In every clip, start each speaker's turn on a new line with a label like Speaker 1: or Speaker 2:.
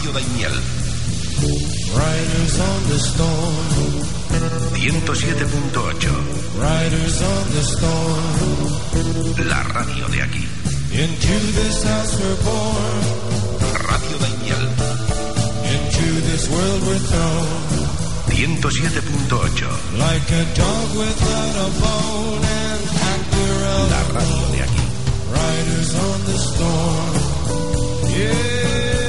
Speaker 1: Radio Daimiel.
Speaker 2: Riders on the storm.
Speaker 1: 107.8.
Speaker 2: Riders on the storm.
Speaker 1: La radio de aquí.
Speaker 2: Into this house we're born.
Speaker 1: Radio Daimiel.
Speaker 2: Into this world we're thrown.
Speaker 1: 107.8.
Speaker 2: Like a dog without a bone and actor alone.
Speaker 1: La radio de aquí.
Speaker 2: Riders on the storm. Yeah.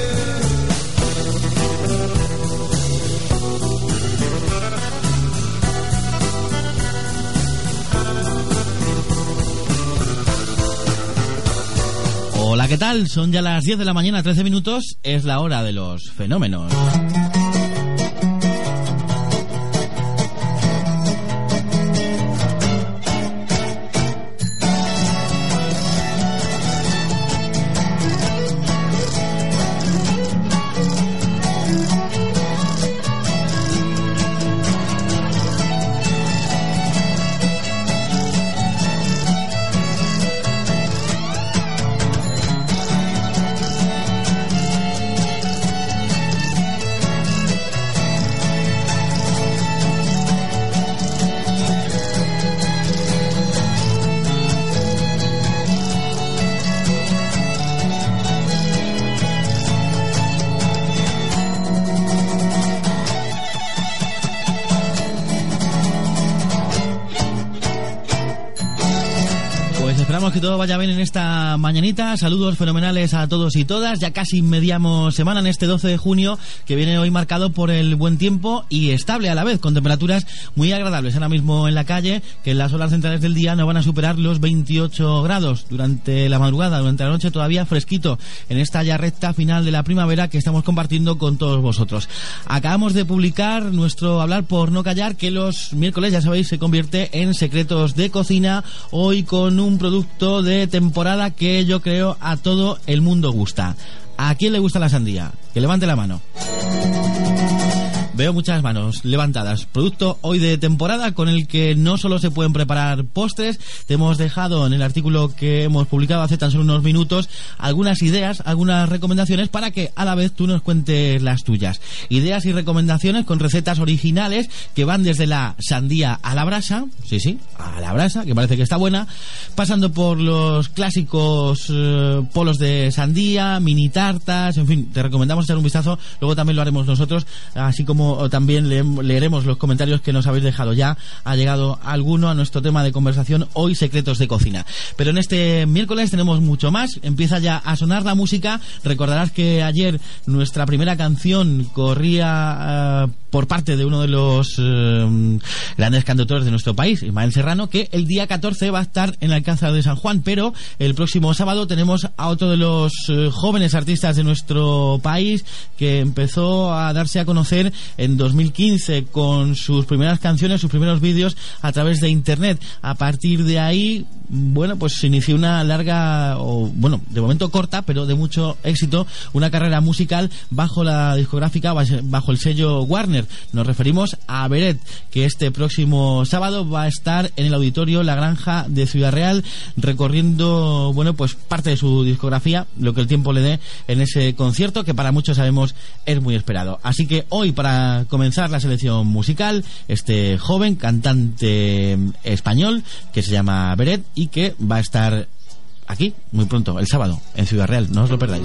Speaker 3: Hola, ¿qué tal? Son ya las 10 de la mañana, 13 minutos. Es la hora de los fenómenos. Que todo vaya bien en esta mañanita. Saludos fenomenales a todos y todas. Ya casi mediamos semana en este 12 de junio, que viene hoy marcado por el buen tiempo y estable a la vez, con temperaturas muy agradables ahora mismo en la calle, que en las horas centrales del día no van a superar los 28 grados. Durante la madrugada, durante la noche, todavía fresquito en esta ya recta final de la primavera que estamos compartiendo con todos vosotros. Acabamos de publicar nuestro Hablar por no callar, que los miércoles, ya sabéis, se convierte en Secretos de Cocina, hoy con un producto de temporada que yo creo a todo el mundo gusta. ¿A quién le gusta la sandía? Que levante la mano. Veo muchas manos levantadas. Producto hoy de temporada con el que no solo se pueden preparar postres. Te hemos dejado en el artículo que hemos publicado hace tan solo unos minutos algunas ideas, algunas recomendaciones para que a la vez tú nos cuentes las tuyas. Ideas y recomendaciones con recetas originales que van desde la sandía a la brasa, sí, a la brasa, que parece que está buena, pasando por los clásicos polos de sandía, mini tartas, en fin, te recomendamos echar un vistazo. Luego también lo haremos nosotros, así como también leeremos los comentarios que nos habéis dejado. Ya ha llegado alguno a nuestro tema de conversación hoy, Secretos de Cocina. Pero en este miércoles tenemos mucho más. Empieza ya a sonar la música. Recordarás que ayer nuestra primera canción corría por parte de uno de los grandes cantautores de nuestro país, Ismael Serrano, que el día 14 va a estar en Alcázar de San Juan, pero el próximo sábado tenemos a otro de los jóvenes artistas de nuestro país que empezó a darse a conocer en 2015 con sus primeras canciones, sus primeros vídeos a través de internet. A partir de ahí, bueno, pues se inició una larga, de momento corta, pero de mucho éxito, una carrera musical bajo la discográfica, bajo el sello Warner. Nos referimos a Beret, que este próximo sábado va a estar en el Auditorio La Granja de Ciudad Real, recorriendo, pues parte de su discografía, lo que el tiempo le dé en ese concierto, que para muchos sabemos es muy esperado. Así que hoy, para comenzar la selección musical, este joven cantante español que se llama Beret y que va a estar aquí muy pronto, el sábado, en Ciudad Real. No os lo perdáis.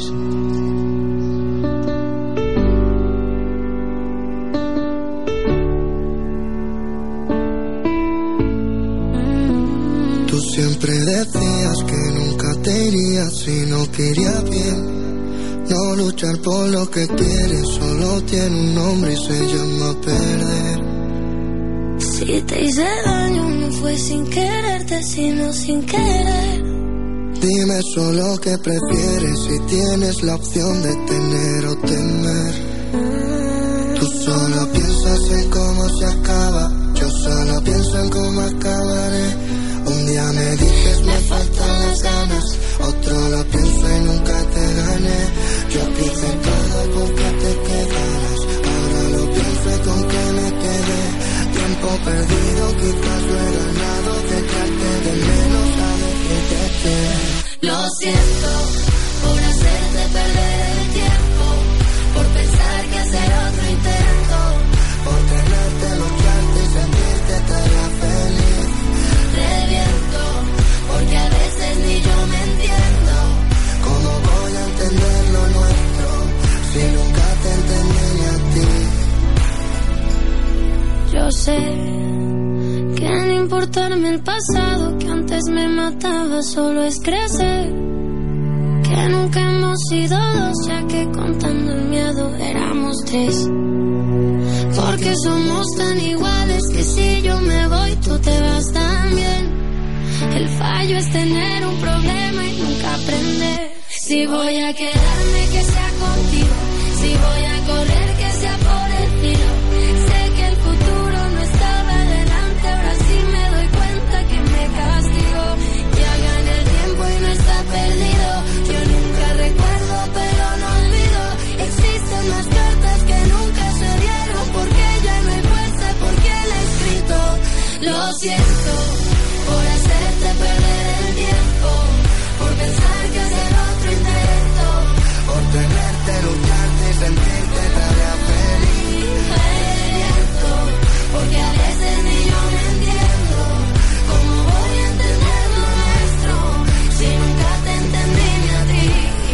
Speaker 4: Tú siempre decías que nunca te irías si no querías bien. No luchar por lo que quieres solo tiene un nombre y se llama perder.
Speaker 5: Si te hice daño no fue sin quererte, sino sin querer.
Speaker 4: Dime solo qué prefieres, si tienes la opción de tener o temer. Tú solo piensas en cómo se acaba, yo solo pienso en cómo acabaré. Un día me dices me faltan las ganas, otro lo pienso y nunca te gané. Yo aquí cercado porque te quedaras, ahora lo pienso y con que me quedé. Tiempo perdido, quizás lo he ganado, dejarte de menos a decirte que
Speaker 5: lo siento por hacerte perder el tiempo, por pensar el pasado que antes me mataba solo es crecer. Que nunca hemos sido dos, ya que contando el miedo éramos tres. Porque somos tan iguales que si yo me voy tú te vas también. El fallo es tener un problema y nunca aprender. Si voy a quedarme que sea contigo, si voy a correr que sea por el filo. Sé que el futuro no estaba delante, ahora sí me doy cuenta que me castigo. Ya gané el tiempo y no está perdido. Yo nunca recuerdo pero no olvido. Existen más cartas que nunca se dieron, porque ya no hay fuerza, porque él ha escrito. Lo siento por hacerte perder el tiempo, por pensar que hacer otro intento,
Speaker 4: por tenerte, lucharte y sentirte tarea feliz.
Speaker 5: Reviento, porque a veces ni yo me entiendo. ¿Cómo voy a entender lo nuestro si nunca te entendí ni a ti?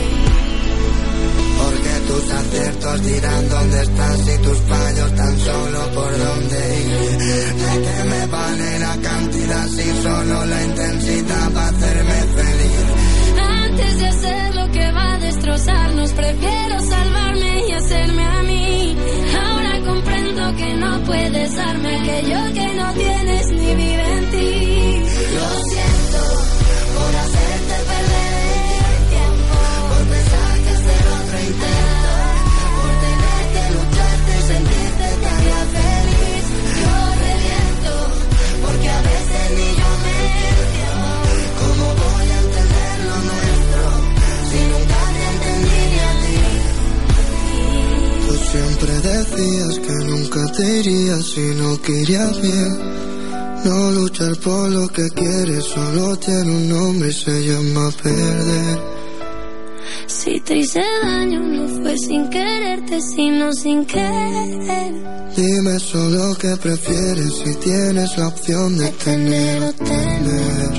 Speaker 4: Porque tus aciertos dirán dónde estás y tus fallos tan solo por dónde ir. ¿De qué me vale la cantidad si solo la intensidad va a hacerme feliz?
Speaker 5: Antes de hacer lo que va a destrozarnos, prefiero salvarme y hacerme a mí. Ahora comprendo que no puedes darme aquello que no tienes ni vive en ti.
Speaker 4: Lo siento por hacerte perder el tiempo, por pensar que hacer otro intento, por tener que lucharte y sentirte que haría feliz.
Speaker 5: Yo reviento, porque a veces ni yo me entiendo.
Speaker 4: ¿Cómo voy a entender lo nuestro si nunca te entendí ni a ti? Tú siempre decías que nunca te irías si no querías bien. No luchar por lo que quieres solo tiene un nombre y se llama perder.
Speaker 5: Si te hice daño no fue sin quererte, sino sin querer.
Speaker 4: Dime solo qué prefieres si tienes la opción de tener o tener.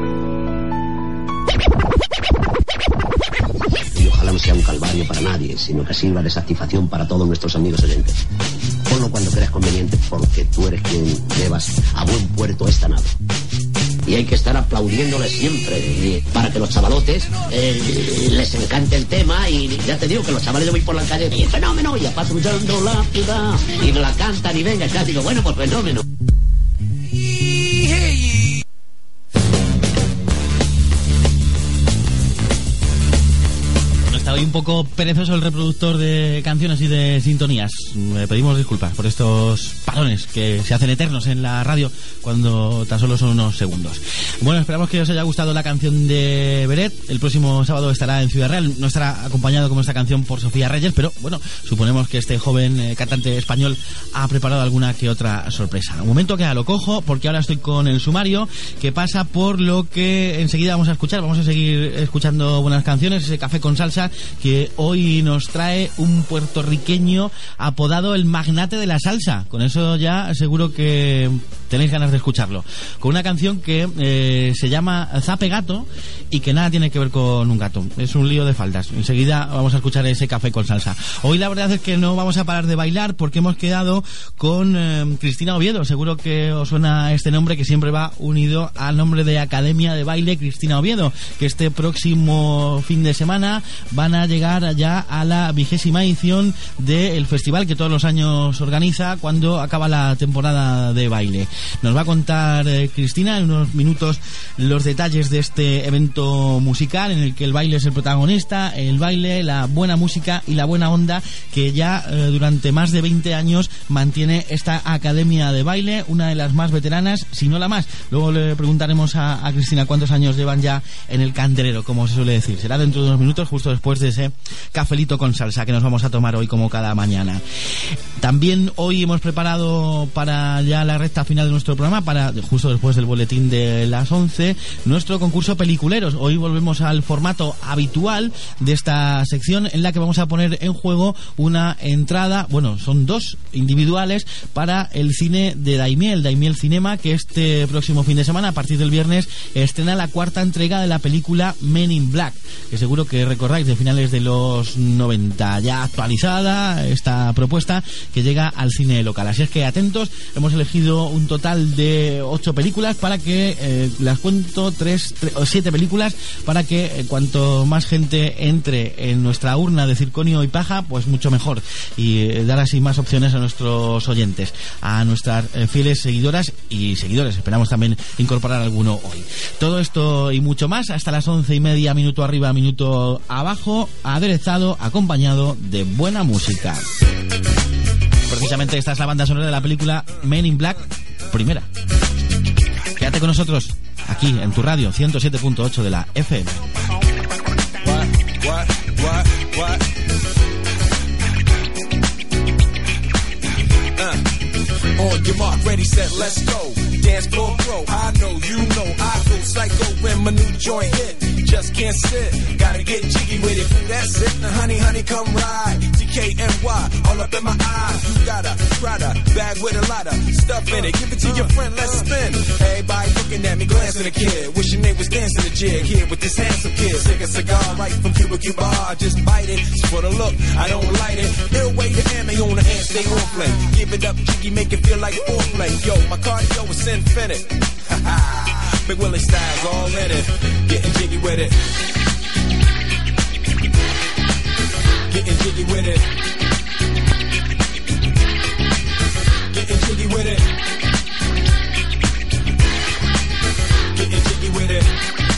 Speaker 6: Y ojalá no sea un calvario para nadie, sino que sirva de satisfacción para todos nuestros amigos oyentes. Ponlo cuando creas conveniente, porque tú eres quien llevas a buen puerto esta nave. Y hay que estar aplaudiéndole siempre para que los chavalotes les encante el tema. Y ya te digo que los chavales, yo voy por la calle y fenómeno, y ya patrullando la ciudad, y me la cantan y venga, ya digo, bueno, pues fenómeno.
Speaker 3: Está hoy un poco perezoso el reproductor de canciones y de sintonías. Pedimos disculpas por estos parones que se hacen eternos en la radio cuando tan solo son unos segundos. Bueno, esperamos que os haya gustado la canción de Beret. El próximo sábado estará en Ciudad Real. No estará acompañado como esta canción por Sofía Reyes, pero bueno, suponemos que este joven cantante español ha preparado alguna que otra sorpresa. Un momento que lo cojo, porque ahora estoy con el sumario que pasa por lo que enseguida vamos a escuchar. Vamos a seguir escuchando buenas canciones, ese café con salsa que hoy nos trae un puertorriqueño apodado el magnate de la salsa. Con eso ya seguro que tenéis ganas de escucharlo. Con una canción que se llama Zape Gato y que nada tiene que ver con un gato. Es un lío de faldas. Enseguida vamos a escuchar ese café con salsa. Hoy la verdad es que no vamos a parar de bailar porque hemos quedado con Cristina Oviedo. Seguro que os suena este nombre, que siempre va unido al nombre de Academia de Baile Cristina Oviedo, que este próximo fin de semana van a llegar ya a la 20ª edición del festival que todos los años organiza cuando acaba la temporada de baile. Nos va a contar Cristina en unos minutos los detalles de este evento musical en el que el baile es el protagonista, el baile, la buena música y la buena onda que ya durante más de 20 años mantiene esta Academia de Baile, una de las más veteranas, si no la más. Luego le preguntaremos a Cristina cuántos años llevan ya en el candelero, como se suele decir. Será dentro de unos minutos, justo después de ese cafelito con salsa que nos vamos a tomar hoy como cada mañana. También hoy hemos preparado para ya la recta final de nuestro programa, para justo después del boletín de las 11, nuestro concurso peliculeros. Hoy volvemos al formato habitual de esta sección en la que vamos a poner en juego una entrada, bueno, son dos individuales para el cine de Daimiel Cinema, que este próximo fin de semana, a partir del viernes, estrena la 4ª entrega de la película Men in Black, que seguro que recordáis, de finales finales de los 90. Ya actualizada esta propuesta que llega al cine local. Así es que atentos, hemos elegido un total de 8 películas para que, las cuento, 7 películas para que cuanto más gente entre en nuestra urna de circonio y paja, pues mucho mejor, y dar así más opciones a nuestros oyentes, a nuestras fieles seguidoras y seguidores. Esperamos también incorporar alguno hoy. Todo esto y mucho más hasta las 11:30, minuto arriba, minuto abajo, aderezado, acompañado de buena música. Precisamente esta es la banda sonora de la película Men in Black primera. Quédate con nosotros aquí en tu radio 107.8 de la FM.
Speaker 2: What? On your mark, ready, set, let's go. Dance floor pro, I know, you know, I go psycho when my new joint hit. Just can't sit, gotta get jiggy with it. That's it, now honey, come ride. DKNY, all up in my eye. You got a Prada bag with a lot of stuff in it. Give it to your friend, let's spin. Everybody looking at me, glancing at the kid. Wishing they was dancing the jig here with this handsome kid. Take a cigar right from Cuba Cuba, just bite it. It's for the look, I don't light it. Ill way to ammo on the hand, stay on play. Give it up, jiggy, make it feel like foreplay. Yo, my cardio is infinite. Big Willie style's all in it. Getting jiggy with it. Getting jiggy with it. Getting jiggy with it. Getting jiggy with it.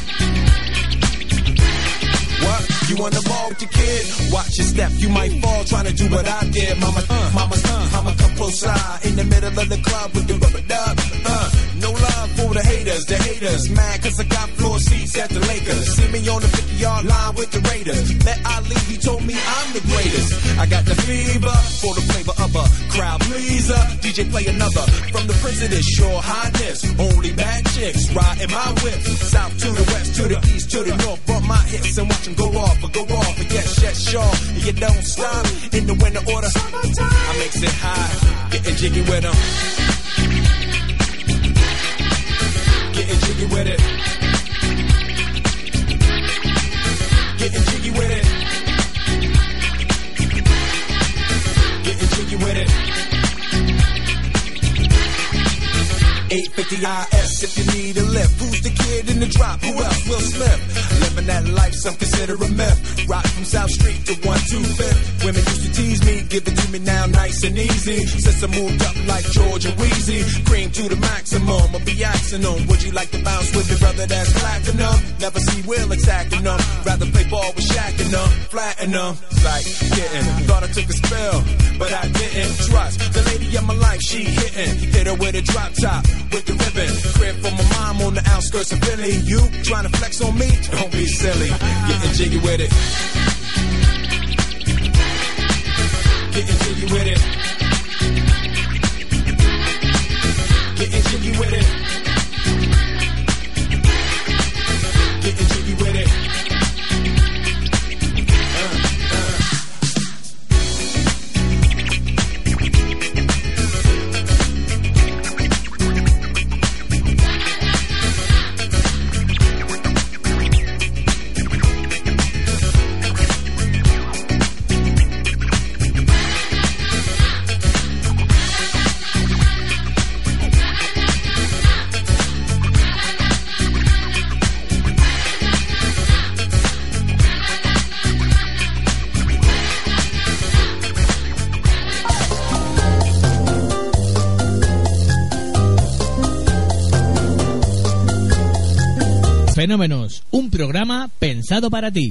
Speaker 2: What? You on the ball with your kid? Watch your step, you might fall trying to do what I did. Mama, I'ma come close side in the middle of the club with the rubber dub. No love for the haters, mad cause I got floor seats at the Lakers. See me on the 50-yard line with the Raiders. Met Ali, he told me I'm the greatest. I got the fever for the flavor of a crowd pleaser. DJ play another from the president, Your Highness. Only bad chicks riding my whip. South to the west, to the east, to the north. Bump my hips and watch them go off. But yes, sure. And you don't stop in the winter order. I makes it high, getting jiggy with them. Getting jiggy with it. Getting jiggy with it. Getting jiggy with it. 850 IS if you need a lift. Who's the kid in the drop? Who else? Will Smith. Living that life, some consider a myth. Rock from South Street to 125th. Women used to tease me, give it to me now nice and easy. Since I moved up like George and Wheezy, cream to the maximum, I'll be axing them. Would you like to bounce with your brother that's platinum? Never see Will attacking them. Rather play ball with Shaq and them, flatten them. Like getting, thought I took a spell, but I didn't. Trust the lady of my life, she hitting. Hit her with a drop top, with the ribbon. Crib for my mom on the outskirts of Philly. You trying to flex on me? Don't be silly. Getting jiggy with it. Getting jiggy with it. Getting jiggy with it. Getting jiggy with it.
Speaker 7: Fenómenos, un programa pensado para ti.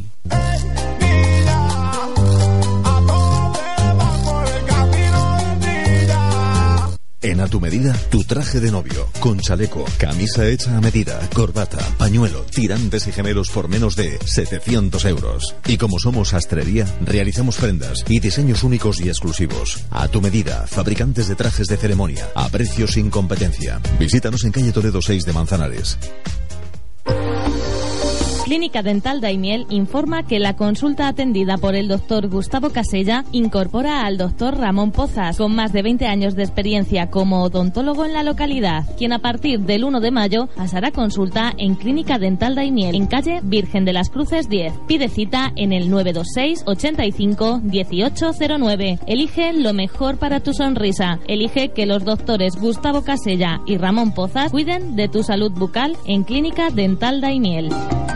Speaker 8: En A Tu Medida, tu traje de novio, con chaleco, camisa hecha a medida, corbata, pañuelo, tirantes y gemelos por menos de 700 euros. Y como somos sastrería, realizamos prendas y diseños únicos y exclusivos. A Tu Medida, fabricantes de trajes de ceremonia, a precios sin competencia. Visítanos en calle Toledo 6 de Manzanares.
Speaker 9: Clínica Dental Daimiel informa que la consulta atendida por el doctor Gustavo Casella incorpora al doctor Ramón Pozas, con más de 20 años de experiencia como odontólogo en la localidad, quien a partir del 1 de mayo pasará consulta en Clínica Dental Daimiel, en calle Virgen de las Cruces 10. Pide cita en el 926 85 1809. Elige lo mejor para tu sonrisa. Elige que los doctores Gustavo Casella y Ramón Pozas cuiden de tu salud bucal en Clínica Dental Daimiel.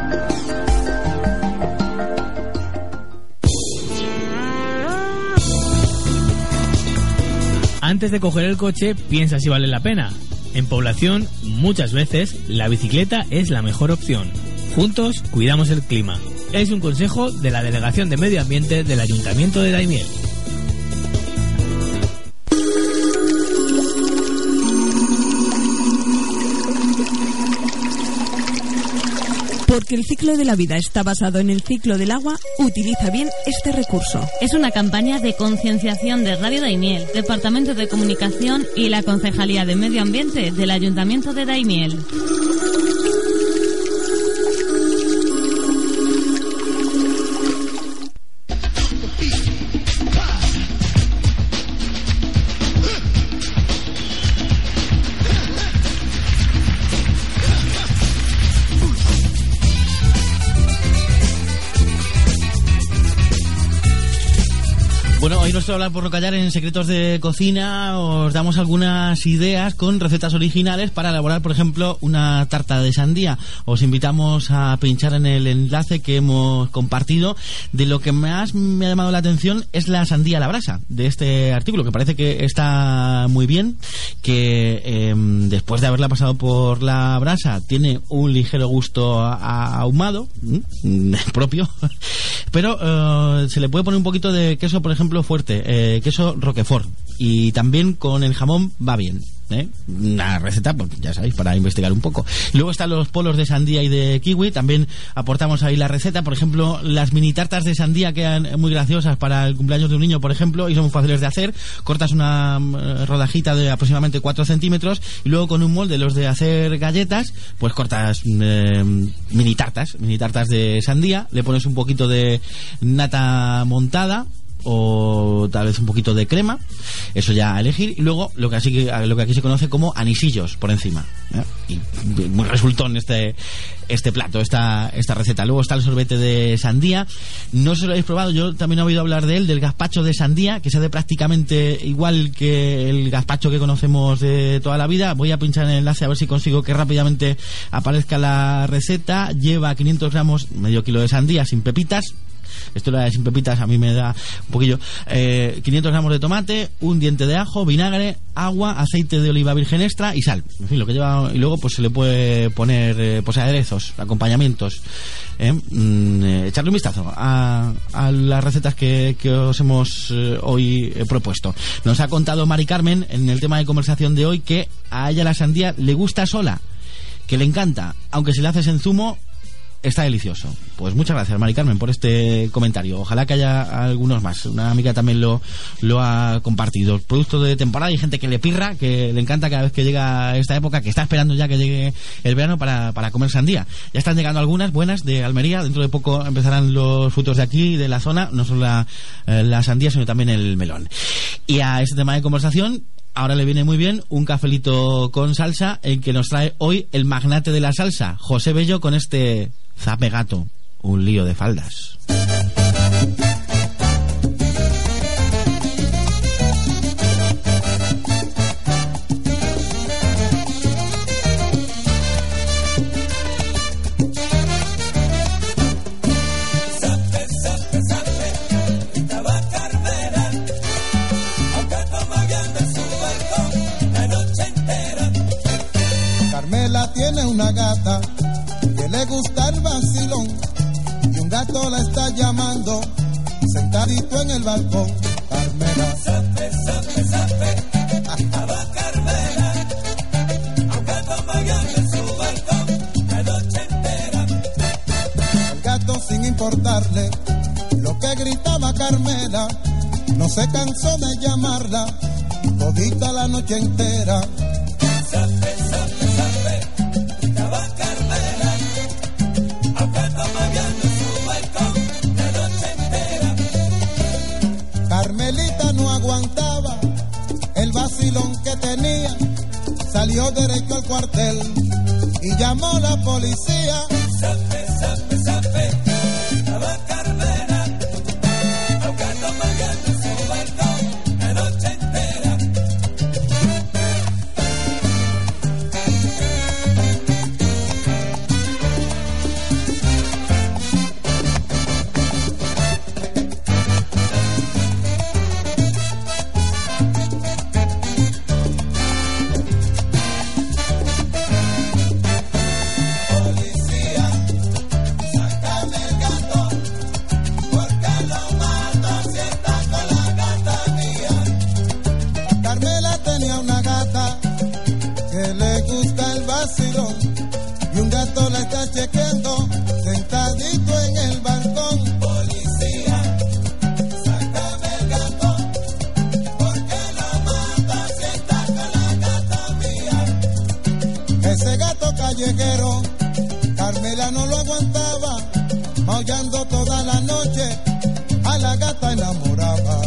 Speaker 7: Antes de coger el coche, piensa si vale la pena. En Población, muchas veces, la bicicleta es la mejor opción. Juntos, cuidamos el clima. Es un consejo de la Delegación de Medio Ambiente del Ayuntamiento de Daimiel.
Speaker 10: Porque el ciclo de la vida está basado en el ciclo del agua, utiliza bien este recurso.
Speaker 9: Es una campaña de concienciación de Radio Daimiel, Departamento de Comunicación y la Concejalía de Medio Ambiente del Ayuntamiento de Daimiel.
Speaker 3: Bueno, hoy no suelo hablar por no callar en Secretos de Cocina. Os damos algunas ideas con recetas originales para elaborar, por ejemplo, una tarta de sandía. Os invitamos a pinchar en el enlace que hemos compartido. De lo que más me ha llamado la atención es la sandía a la brasa de este artículo, que parece que está muy bien, que después de haberla pasado por la brasa tiene un ligero gusto ahumado propio, pero se le puede poner un poquito de queso, por ejemplo, fuerte, queso Roquefort, y también con el jamón va bien. Una receta, pues ya sabéis, para investigar un poco. Luego están los polos de sandía y de kiwi, también aportamos ahí la receta. Por ejemplo, las mini tartas de sandía quedan muy graciosas para el cumpleaños de un niño, por ejemplo, y son muy fáciles de hacer. Cortas una rodajita de aproximadamente 4 centímetros y luego con un molde, los de hacer galletas, pues cortas mini tartas de sandía, le pones un poquito de nata montada o tal vez un poquito de crema, eso ya a elegir, y luego lo que aquí se conoce como anisillos por encima, y muy resultón este plato, esta receta. Luego está el sorbete de sandía, no sé si lo habéis probado, yo también he oído hablar de él, del gazpacho de sandía, que se hace prácticamente igual que el gazpacho que conocemos de toda la vida. Voy a pinchar en el enlace a ver si consigo que rápidamente aparezca la receta. Lleva 500 gramos, medio kilo de sandía sin pepitas. Esto la de sin pepitas a mí me da un poquillo. 500 gramos de tomate, un diente de ajo, vinagre, agua, aceite de oliva virgen extra y sal. En fin, lo que lleva. Y luego pues se le puede poner pues aderezos, acompañamientos. Echarle un vistazo a las recetas que os hemos hoy propuesto. Nos ha contado Mari Carmen en el tema de conversación de hoy que a ella la sandía le gusta sola, que le encanta, aunque si la haces en zumo está delicioso. Pues muchas gracias, Mari Carmen, por este comentario. Ojalá que haya algunos más. Una amiga también lo ha compartido. Producto de temporada, hay gente que le pirra, que le encanta cada vez que llega esta época, que está esperando ya que llegue el verano para comer sandía. Ya están llegando algunas buenas de Almería. Dentro de poco empezarán los frutos de aquí, de la zona, no solo la sandía, sino también el melón. Y a este tema de conversación ahora le viene muy bien un cafelito con salsa, el que nos trae hoy el magnate de la salsa, José Bello, con este Zape Gato, un lío de faldas.
Speaker 11: Carmela tiene una gata que le gusta el vacilón y un gato la está llamando sentadito en el balcón. Carmela, sape, sape, sape, estaba Carmela, a un gato magando en su balcón la noche entera. El gato, sin importarle lo que gritaba Carmela, no se cansó de llamarla todita la noche entera. Sape, sape, sape, estaba Carmela, a un gato corrió derecho al cuartel y llamó a la policía.
Speaker 2: Sape, sape, sape, estaba Carmela, ahogando Mariano en su balcón la noche entera.
Speaker 11: Y un gato la está chequeando sentadito en el balcón.
Speaker 2: Policía, sácame el gato, porque lo mata si está con la gata mía.
Speaker 11: Ese gato callejero, Carmela no lo aguantaba, maullando toda la noche, a la gata enamoraba.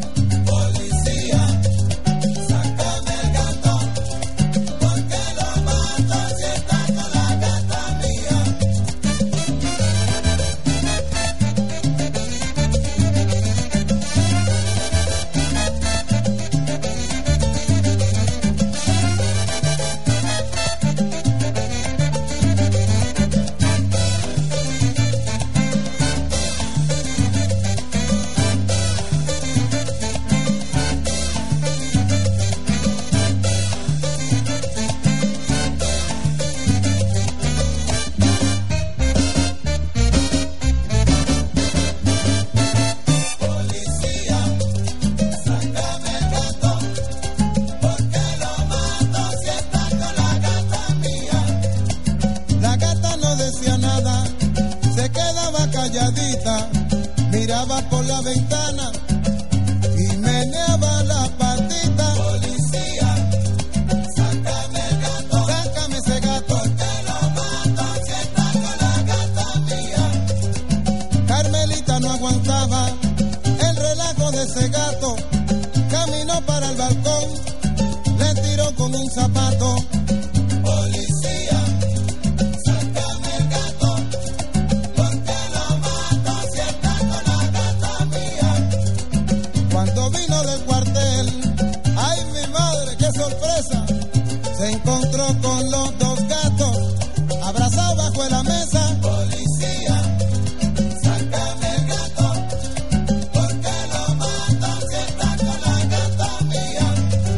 Speaker 11: Miraba por la ventana y meneaba la patita.
Speaker 2: Policía, sácame el gato,
Speaker 11: sácame ese gato,
Speaker 2: porque lo mato si está con la gata mía.
Speaker 11: Carmelita no aguantaba el relajo de ese gato, caminó para el balcón, le tiró con un zapato.
Speaker 2: Policía, sácame el gato, porque lo mato si está con la gata mía.
Speaker 11: Cuando vino del cuartel, ay mi madre, qué sorpresa, se encontró con los dos gatos abrazados bajo de la mesa.
Speaker 2: Policía, sácame el gato, porque lo mato si está con la gata mía.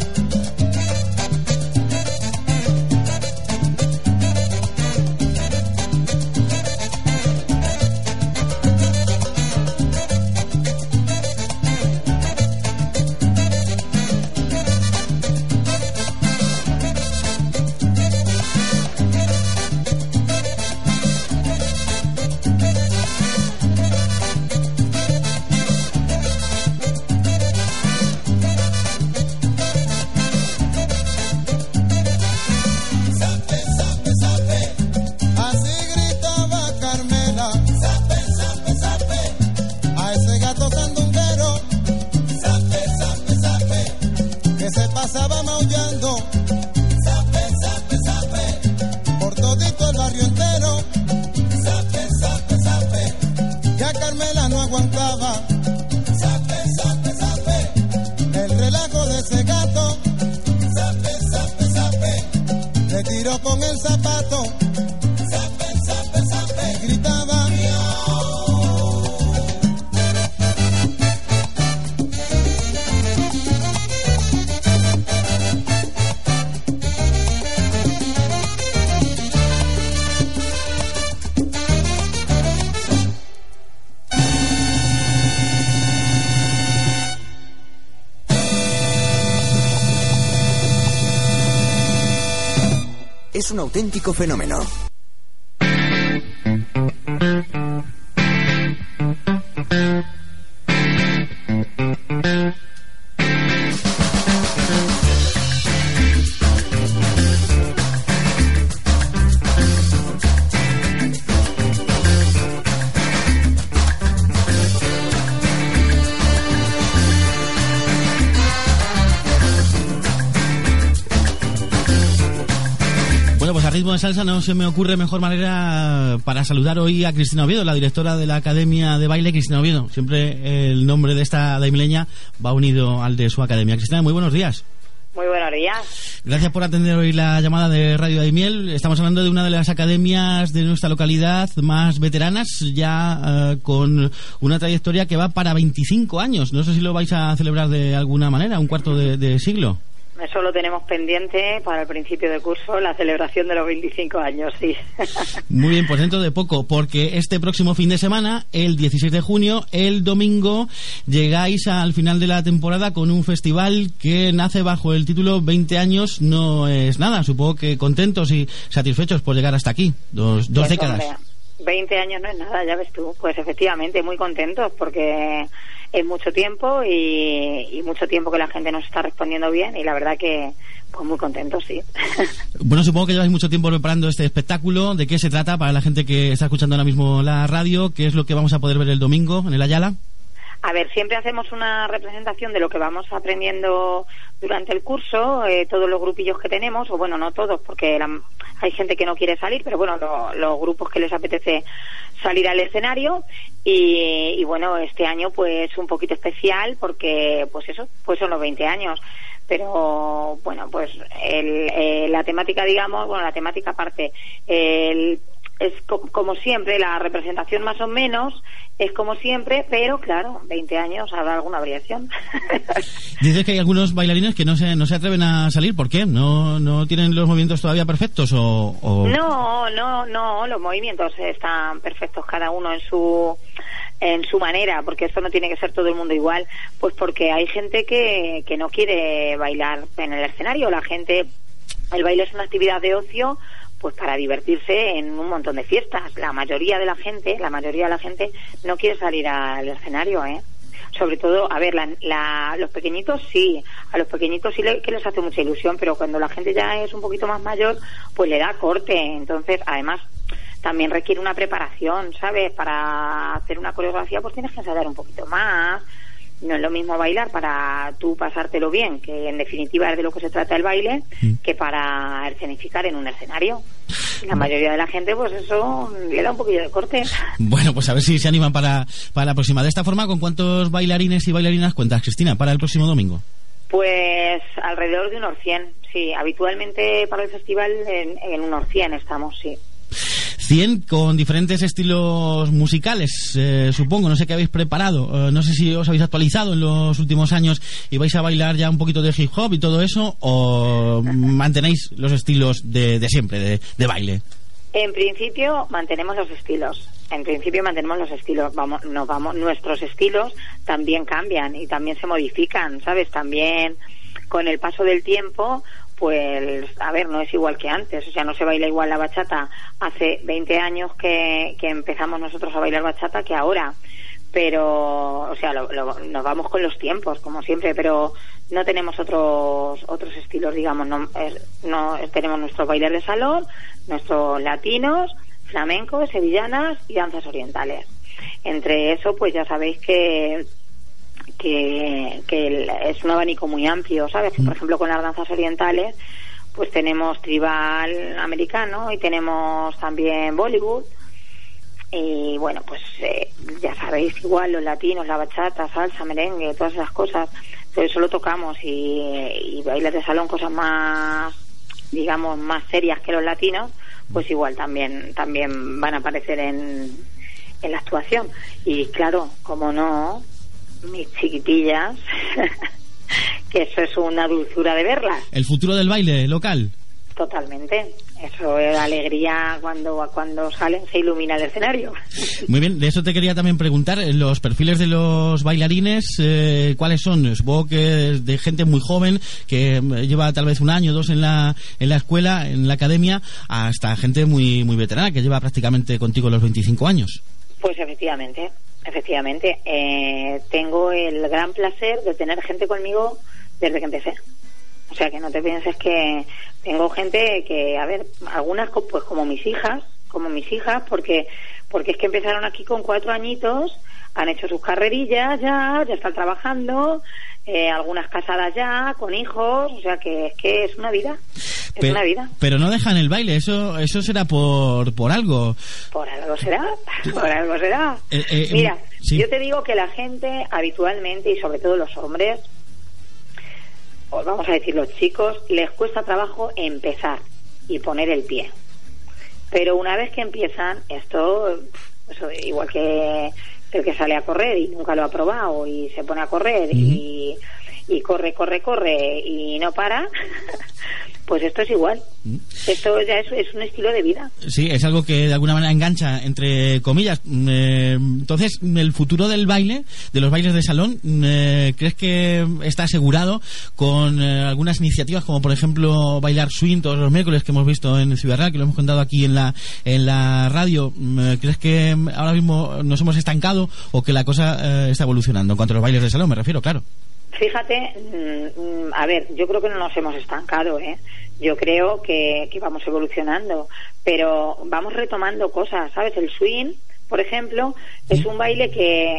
Speaker 2: Sape, sape, sape,
Speaker 11: Así gritaba Carmela
Speaker 2: sape, sape, sape,
Speaker 11: a ese gato sandunguero
Speaker 2: sape, sape, sape,
Speaker 11: que se pasaba maullando
Speaker 2: sape, sape, sape,
Speaker 11: por todito el barrio entero.
Speaker 2: sape, sape, sape,
Speaker 11: Ya Carmela no aguantaba
Speaker 2: sape, sape, sape,
Speaker 11: el relajo de ese gato,
Speaker 2: sape, sape, sape,
Speaker 11: le tiró con el zapato
Speaker 2: sape, sape, sape,
Speaker 11: y gritaba.
Speaker 12: Es un auténtico fenómeno.
Speaker 3: ritmo de salsa no se me ocurre mejor manera para saludar hoy a Cristina Oviedo, la directora de la Academia de Baile. Cristina Oviedo, siempre el nombre de esta daimileña va unido al de su academia. Cristina, muy buenos días.
Speaker 13: Muy buenos días.
Speaker 3: Gracias por atender hoy la llamada de Radio Daimiel. Estamos hablando de una de las academias de nuestra localidad más veteranas, ya con una trayectoria que va para 25 años. No sé si lo vais a celebrar de alguna manera, un cuarto de siglo.
Speaker 13: Eso lo tenemos pendiente para el principio de curso, la celebración de los 25 años, sí.
Speaker 3: Muy bien, pues dentro de poco, porque este próximo fin de semana, el 16 de junio, el domingo, llegáis al final de la temporada con un festival que nace bajo el título 20 años no es nada. Supongo que contentos y satisfechos por llegar hasta aquí, dos
Speaker 13: pues,
Speaker 3: décadas.
Speaker 13: Hombre, 20 años no es nada, ya ves tú. Pues efectivamente, muy contentos porque es mucho tiempo y mucho tiempo que la gente nos está respondiendo bien y la verdad que pues muy contentos, sí.
Speaker 3: Bueno, supongo que lleváis mucho tiempo preparando este espectáculo. ¿De qué se trata para la gente que está escuchando ahora mismo la radio? ¿Qué es lo que vamos a poder ver el domingo en el Ayala?
Speaker 13: A ver, siempre hacemos una representación de lo que vamos aprendiendo durante el curso, todos los grupillos que tenemos, o bueno, no todos, porque hay gente que no quiere salir, pero bueno, los grupos que les apetece salir al escenario y bueno, este año pues un poquito especial porque pues eso, pues son los 20 años. Pero bueno, pues la temática, digamos, bueno, la temática aparte, es como siempre, la representación más o menos es como siempre, pero claro, 20 años habrá alguna variación.
Speaker 3: Dices que hay algunos bailarines que no se atreven a salir. ¿Por qué? ¿No tienen los movimientos todavía perfectos o...?
Speaker 13: No, los movimientos están perfectos, cada uno en su manera, porque esto no tiene que ser todo el mundo igual, pues porque hay gente que no quiere bailar en el escenario. El baile es una actividad de ocio pues para divertirse en un montón de fiestas. La mayoría de la gente no quiere salir al escenario, sobre todo, a ver, los pequeñitos sí, a los pequeñitos sí que les hace mucha ilusión, pero cuando la gente ya es un poquito más mayor, pues le da corte. Entonces, además, también requiere una preparación, ¿sabes? Para hacer una coreografía, pues tienes que ensayar un poquito más. No es lo mismo bailar para tú pasártelo bien, que en definitiva es de lo que se trata el baile, que para escenificar en un escenario. La mayoría de la gente, pues eso le da un poquillo de corte.
Speaker 3: Bueno, pues a ver si se animan para la próxima. De esta forma, ¿con cuántos bailarines y bailarinas cuentas, Cristina, para el próximo domingo?
Speaker 13: Pues alrededor de unos 100, sí. Habitualmente para el festival en unos 100 estamos, sí.
Speaker 3: 100 con diferentes estilos musicales, supongo, no sé qué habéis preparado, no sé si os habéis actualizado en los últimos años y vais a bailar ya un poquito de hip hop y todo eso, o mantenéis los estilos de siempre, de baile.
Speaker 13: En principio mantenemos los estilos. Nuestros estilos también cambian y también se modifican, ¿sabes? También con el paso del tiempo, pues, a ver, no es igual que antes, o sea, no se baila igual la bachata hace 20 años que empezamos nosotros a bailar bachata que ahora, pero, o sea, nos vamos con los tiempos, como siempre, pero no tenemos otros estilos, digamos, no tenemos nuestros bailes de salón, nuestros latinos, flamencos, sevillanas y danzas orientales. Entre eso, pues ya sabéis que es un abanico muy amplio, ¿sabes? Que, por ejemplo, con las danzas orientales pues tenemos tribal americano y tenemos también Bollywood y bueno, pues ya sabéis, igual los latinos, la bachata, salsa, merengue, todas esas cosas, pero eso lo tocamos y bailes de salón, cosas más, digamos, más serias que los latinos, pues igual también van a aparecer en la actuación. Y claro, como no, mis chiquitillas, que eso es una dulzura de verlas.
Speaker 3: El futuro del baile local.
Speaker 13: Totalmente. Eso es alegría cuando salen, se ilumina el escenario.
Speaker 3: Muy bien, de eso te quería también preguntar. Los perfiles de los bailarines, ¿cuáles son? Supongo que de gente muy joven, que lleva tal vez un año o dos en la escuela, en la academia, hasta gente muy, muy veterana, que lleva prácticamente contigo los 25 años.
Speaker 13: Pues efectivamente. Tengo el gran placer de tener gente conmigo desde que empecé. O sea, que no te pienses que tengo gente que, a ver, algunas pues como mis hijas, porque es que empezaron aquí con 4 añitos, han hecho sus carrerillas ya están trabajando, algunas casadas ya, con hijos, o sea que es una vida. Es una vida.
Speaker 3: Pero no dejan el baile, eso será por algo.
Speaker 13: Por algo será, por algo será. Mira,
Speaker 3: sí.
Speaker 13: Yo te digo que la gente habitualmente, y sobre todo los hombres, o vamos a decir los chicos, les cuesta trabajo empezar y poner el pie. Pero una vez que empiezan, eso igual que el que sale a correr y nunca lo ha probado y se pone a correr y corre y no para, pues esto es igual. Esto ya es un estilo de vida.
Speaker 3: Sí, es algo que de alguna manera engancha, entre comillas. Entonces, el futuro del baile, de los bailes de salón, ¿crees que está asegurado con algunas iniciativas, como por ejemplo bailar swing todos los miércoles que hemos visto en Ciudad Real, que lo hemos contado aquí en la radio? ¿Crees que ahora mismo nos hemos estancado o que la cosa está evolucionando en cuanto a los bailes de salón? Me refiero, claro.
Speaker 13: Fíjate, a ver, yo creo que no nos hemos estancado, yo creo que vamos evolucionando, pero vamos retomando cosas, ¿sabes? El swing, por ejemplo, es un baile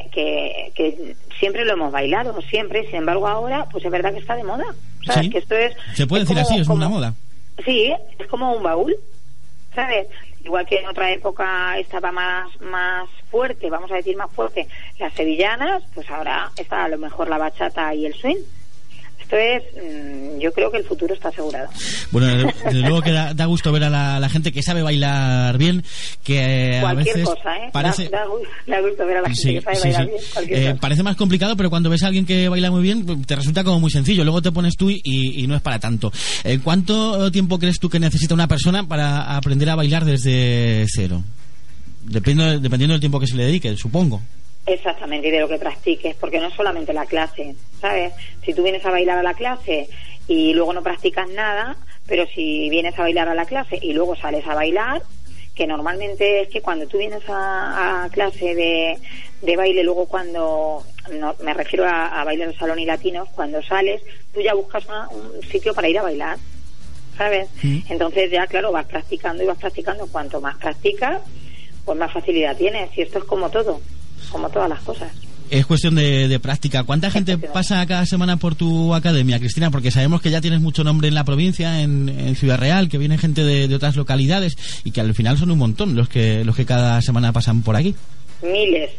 Speaker 13: que siempre lo hemos bailado, siempre, sin embargo ahora, pues es verdad que está de moda, ¿sabes?
Speaker 3: Sí.
Speaker 13: Que esto es...
Speaker 3: Se puede decir así, es una moda.
Speaker 13: Sí, es como un baúl, ¿sabes? Igual que en otra época estaba más fuerte, vamos a decir más fuerte, las sevillanas, pues ahora está a lo mejor la bachata y el swing. Esto es, yo creo que el futuro está asegurado.
Speaker 3: Bueno, desde luego que da gusto ver a la gente que sabe bailar bien, que
Speaker 13: cualquier
Speaker 3: a veces
Speaker 13: cosa,
Speaker 3: parece...
Speaker 13: da gusto ver a la gente que sabe bailar bien. Cualquier cosa.
Speaker 3: Parece más complicado, pero cuando ves a alguien que baila muy bien, te resulta como muy sencillo. Luego te pones tú y no es para tanto. ¿Cuánto tiempo crees tú que necesita una persona para aprender a bailar desde cero? Dependiendo del tiempo que se le dedique, supongo.
Speaker 13: Exactamente, y de lo que practiques, porque no es solamente la clase, ¿sabes? Si tú vienes a bailar a la clase y luego no practicas nada, pero si vienes a bailar a la clase y luego sales a bailar, que normalmente es que cuando tú vienes a clase de baile, luego cuando, no, me refiero a bailes de salón y latinos, cuando sales, tú ya buscas un sitio para ir a bailar, ¿sabes? Entonces ya, claro, vas practicando y vas practicando. Cuanto más practicas, pues más facilidad tienes, y esto es como todo, como todas las cosas.
Speaker 3: Es cuestión de práctica. ¿Cuánta gente pasa cada semana por tu academia, Cristina? Porque sabemos que ya tienes mucho nombre en la provincia, en Ciudad Real, que viene gente de otras localidades y que al final son un montón los que cada semana pasan por aquí.
Speaker 13: Miles.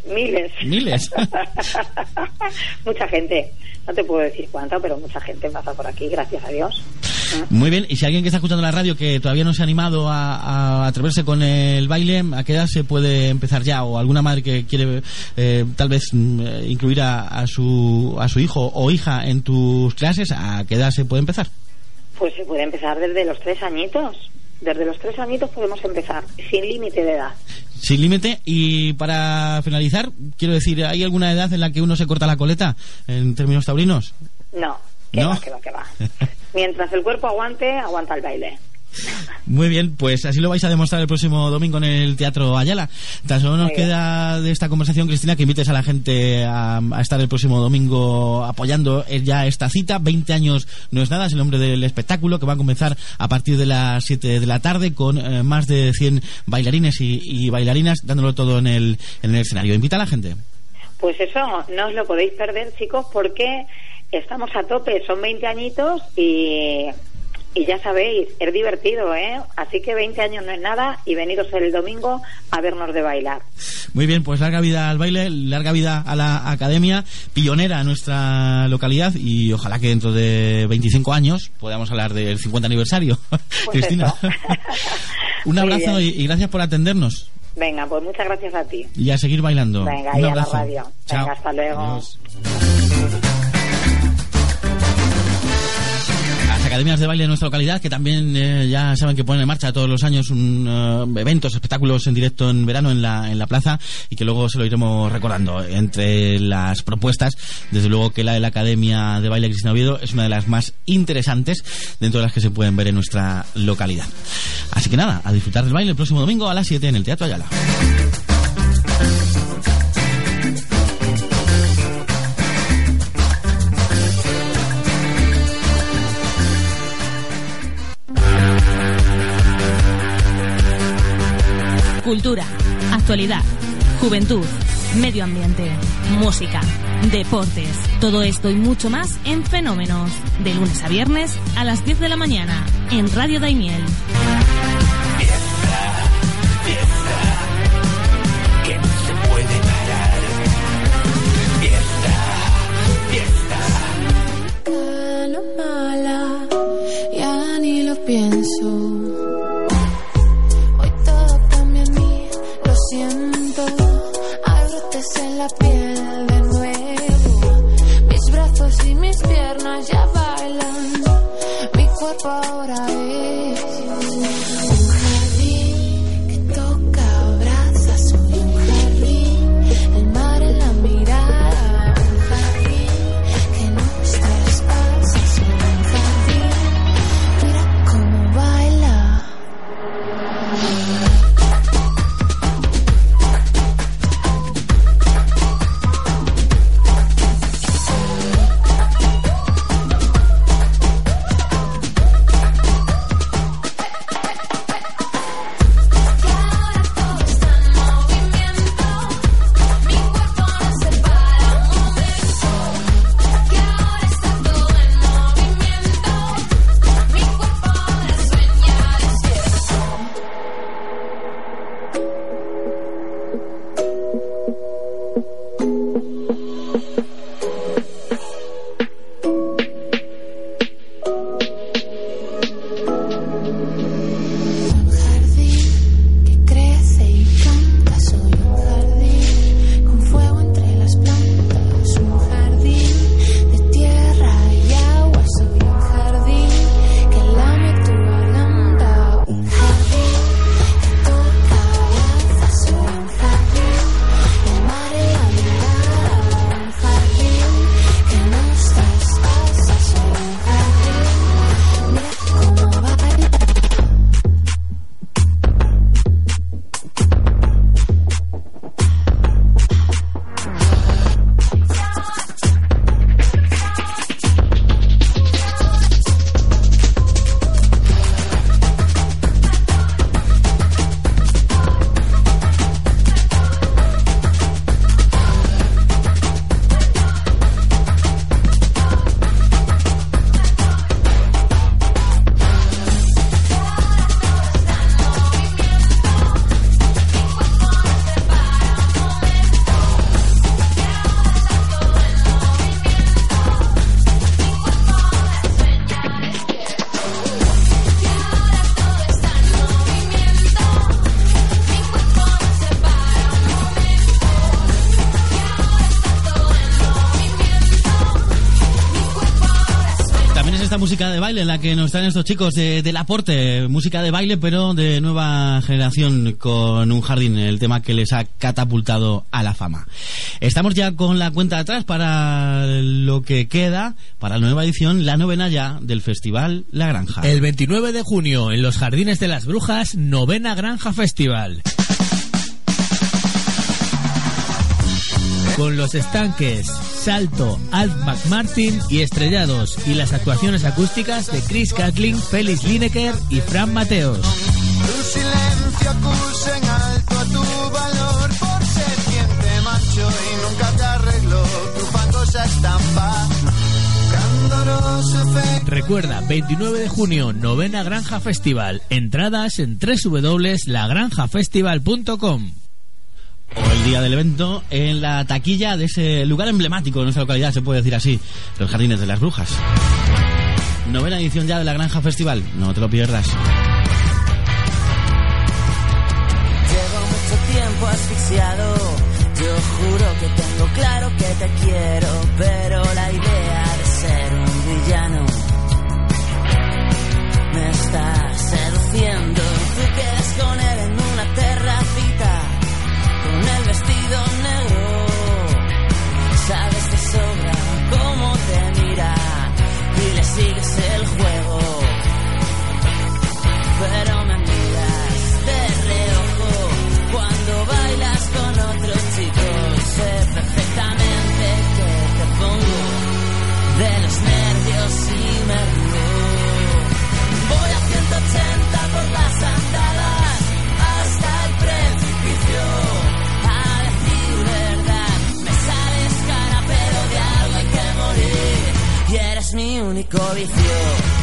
Speaker 13: Mucha gente. No te puedo decir cuánta, pero mucha gente pasa por aquí, gracias a Dios.
Speaker 3: Muy bien, y si alguien que está escuchando la radio que todavía no se ha animado a atreverse con el baile, ¿a qué edad se puede empezar ya? O alguna madre que quiere tal vez incluir a su hijo o hija en tus clases, ¿a qué edad se puede empezar?
Speaker 13: Pues se puede empezar desde los 3 añitos. Desde los 3 añitos podemos empezar, sin límite de edad.
Speaker 3: Sin límite. Y para finalizar, quiero decir, ¿hay alguna edad en la que uno se corta la coleta en términos taurinos?
Speaker 13: No, que va. Mientras el cuerpo aguante, aguanta el baile.
Speaker 3: Muy bien, pues así lo vais a demostrar el próximo domingo en el Teatro Ayala. Tan solo nos queda de esta conversación, Cristina, que invites a la gente a estar el próximo domingo apoyando ya esta cita. 20 años no es nada, es el nombre del espectáculo, que va a comenzar a partir de las 7 de la tarde con más de 100 bailarines y bailarinas dándolo todo en el escenario. Invita a la gente.
Speaker 13: Pues eso, no os lo podéis perder, chicos, porque estamos a tope. Son 20 añitos y ya sabéis, es divertido, Así que 20 años no es nada, y veniros el domingo a vernos de bailar.
Speaker 3: Muy bien, pues larga vida al baile, larga vida a la academia, pionera en nuestra localidad, y ojalá que dentro de 25 años podamos hablar del 50 aniversario. Pues Cristina, un abrazo y gracias por atendernos.
Speaker 13: Venga, pues muchas gracias a ti.
Speaker 3: Y a seguir bailando.
Speaker 13: Venga,
Speaker 3: un
Speaker 13: y
Speaker 3: abrazo.
Speaker 13: A la radio.
Speaker 3: Chao.
Speaker 13: Venga, hasta luego.
Speaker 3: Adiós. Academias de baile de nuestra localidad, que también ya saben que ponen en marcha todos los años eventos, espectáculos en directo en verano en la plaza, y que luego se lo iremos recordando. Entre las propuestas, desde luego que la de la Academia de Baile Cristina Oviedo es una de las más interesantes dentro de las que se pueden ver en nuestra localidad. Así que nada, a disfrutar del baile el próximo domingo a las 7 en el Teatro Ayala.
Speaker 9: Cultura, actualidad, juventud, medio ambiente, música, deportes, todo esto y mucho más en Fenómenos, de lunes a viernes a las 10 de la mañana en Radio Daimiel.
Speaker 14: Que no se puede parar.
Speaker 5: Lo mala, ya ni lo pienso. Hoy todo cambia en mí, lo siento. Hay brotes en la piel de nuevo. Mis brazos y mis piernas ya bailan. Mi cuerpo ahora es un jardín que toca, abraza. Soy un jardín, el mar en la mirada. Un jardín que nos traspasa. Soy un jardín, mira cómo baila.
Speaker 3: Música de baile en la que nos traen estos chicos del Aporte, música de baile pero de nueva generación, con Un jardín, el tema que les ha catapultado a la fama. Estamos ya con la cuenta atrás para lo que queda, para la nueva edición, la 9ª ya del Festival La Granja.
Speaker 7: El 29 de junio en los Jardines de las Brujas, 9ª Granja Festival. Con los estanques Salto, Alf McMartin y Estrellados, y las actuaciones acústicas de Chris Catling, Félix Lineker y Fran Mateos.
Speaker 15: Tu silencio acusa en alto a tu valor por serpiente macho y nunca te arregló tu fangosa estampa.
Speaker 7: Recuerda, 29 de junio, 9ª Granja Festival. Entradas en www.lagranjafestival.com.
Speaker 3: O el día del evento en la taquilla de ese lugar emblemático de nuestra localidad, se puede decir así, los Jardines de las Brujas. 9ª edición ya de la Granja Festival, no te lo pierdas.
Speaker 16: Llevo mucho tiempo asfixiado, yo juro que tengo claro que te quiero, pero la idea de ser un villano me está seduciendo. Tú quedas con él en una terracita, con el vestido negro, sabes de sobra cómo te mira y le sigues el juego, pero me miras de reojo cuando bailas con otros chicos. Sé perfectamente que te pongo de los nervios y mi único vicio.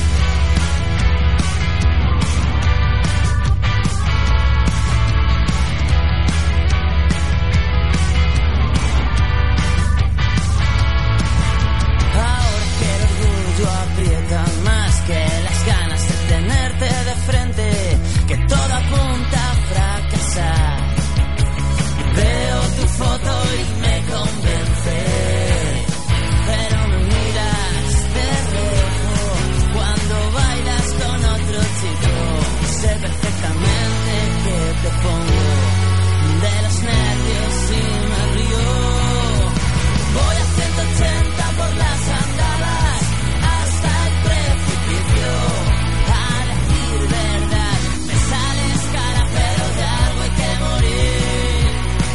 Speaker 16: Aprieta más que las ganas de tenerte de frente, que todo apunta a fracasar. Veo tu foto y me convence, pero me miras de reojo cuando bailas con otro chico. Sé perfectamente que te pongo de los nervios y me río. Voy a 180 por las andadas hasta el precipicio. A decir verdad, me sales cara, pero de algo hay que morir.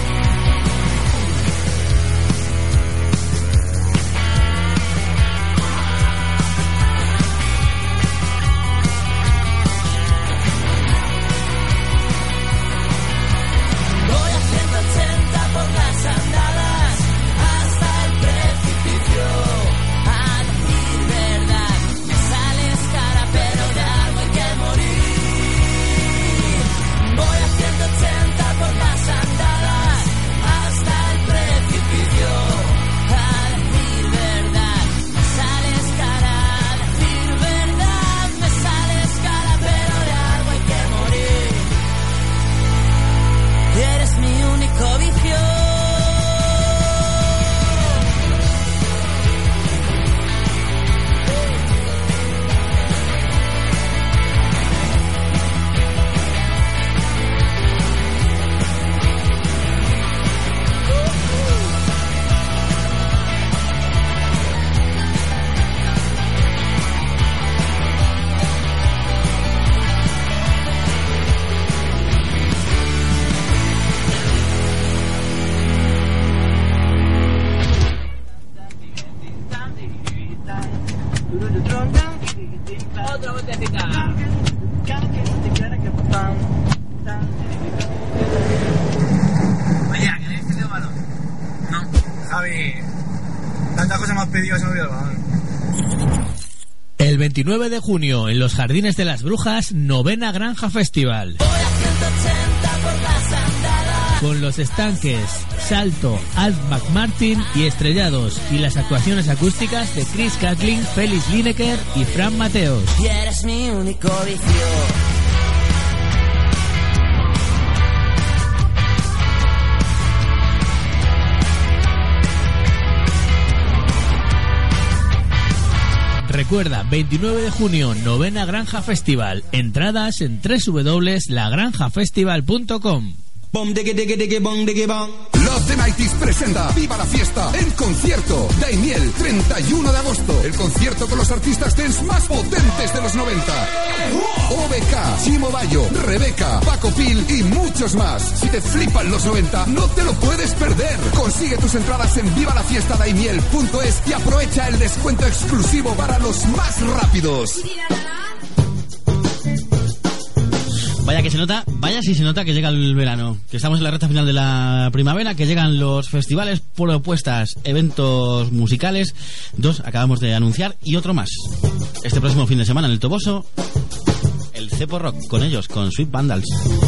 Speaker 16: Voy a 180 por las andadas hasta el precipicio. A decir verdad, me sales cara, pero de algo hay que morir. Voy a 180 por las andadas hasta el precipicio. A decir verdad, me sales cara. A decir verdad, me sales cara, pero de algo hay que morir. Eres mi único vicio. Otra botellita.
Speaker 17: Oye, ¿queréis que te balón? No. Javi, tantas cosas me has pedido, se me olvidó el balón.
Speaker 7: El 29 de junio, en los Jardines de las Brujas, 9ª Granja Festival. Con Los Estanques, Salto, Alf McMartin y Estrellados, y las actuaciones acústicas de Chris Catlin, Félix Lineker y Fran Mateos.
Speaker 16: Y eres mi único vicio.
Speaker 7: Recuerda, 29 de junio, 9ª Granja Festival. Entradas en www.lagranjafestival.com.
Speaker 18: Los The Nighties presenta Viva la Fiesta en concierto. Daimiel, 31 de agosto. El concierto con los artistas dance más potentes de los 90. OBK, Chimo Bayo, Rebeca, Paco Pil y muchos más. Si te flipan los 90, no te lo puedes perder. Consigue tus entradas en vivalafiestadaimiel.es y aprovecha el descuento exclusivo para los más rápidos.
Speaker 3: Vaya que se nota, vaya si se nota que llega el verano, que estamos en la recta final de la primavera, que llegan los festivales, propuestas, eventos musicales. 2 acabamos de anunciar y otro más. Este próximo fin de semana en el Toboso, el Cepo Rock, con ellos, con Sweet Vandals.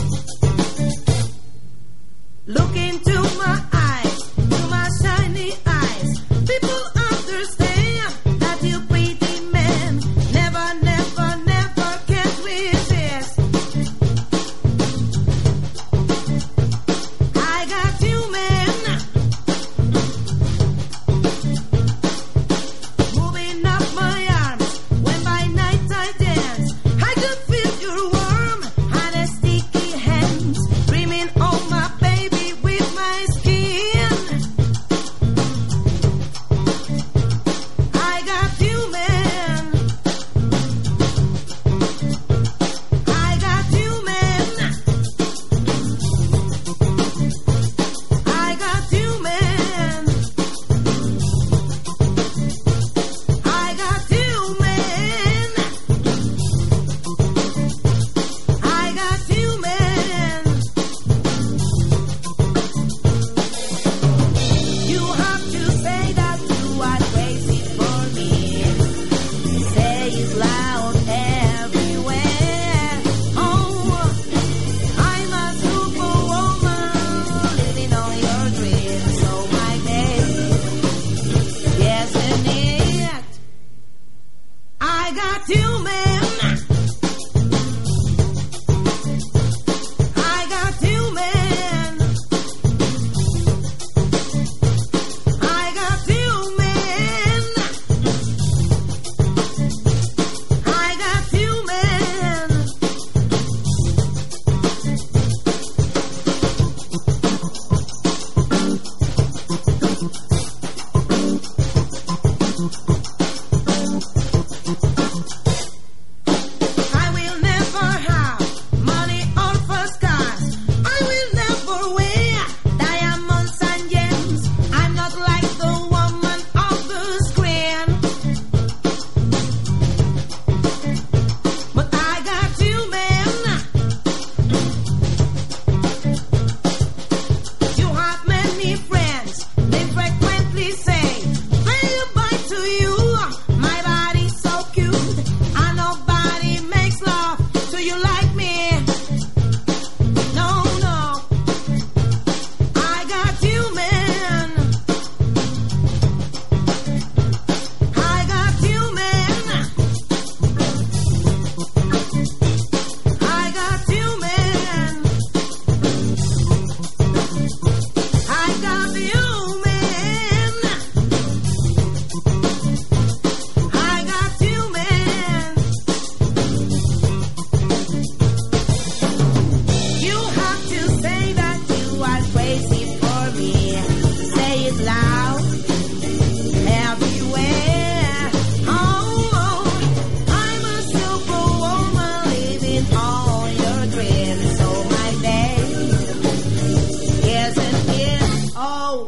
Speaker 19: Look into my eyes, to my shiny eyes. People understand that you pretty man never, never, never can resist. I got you, man, moving up my arms when by night I dance. I could feel your warm and sticky hands, dreaming on my baby with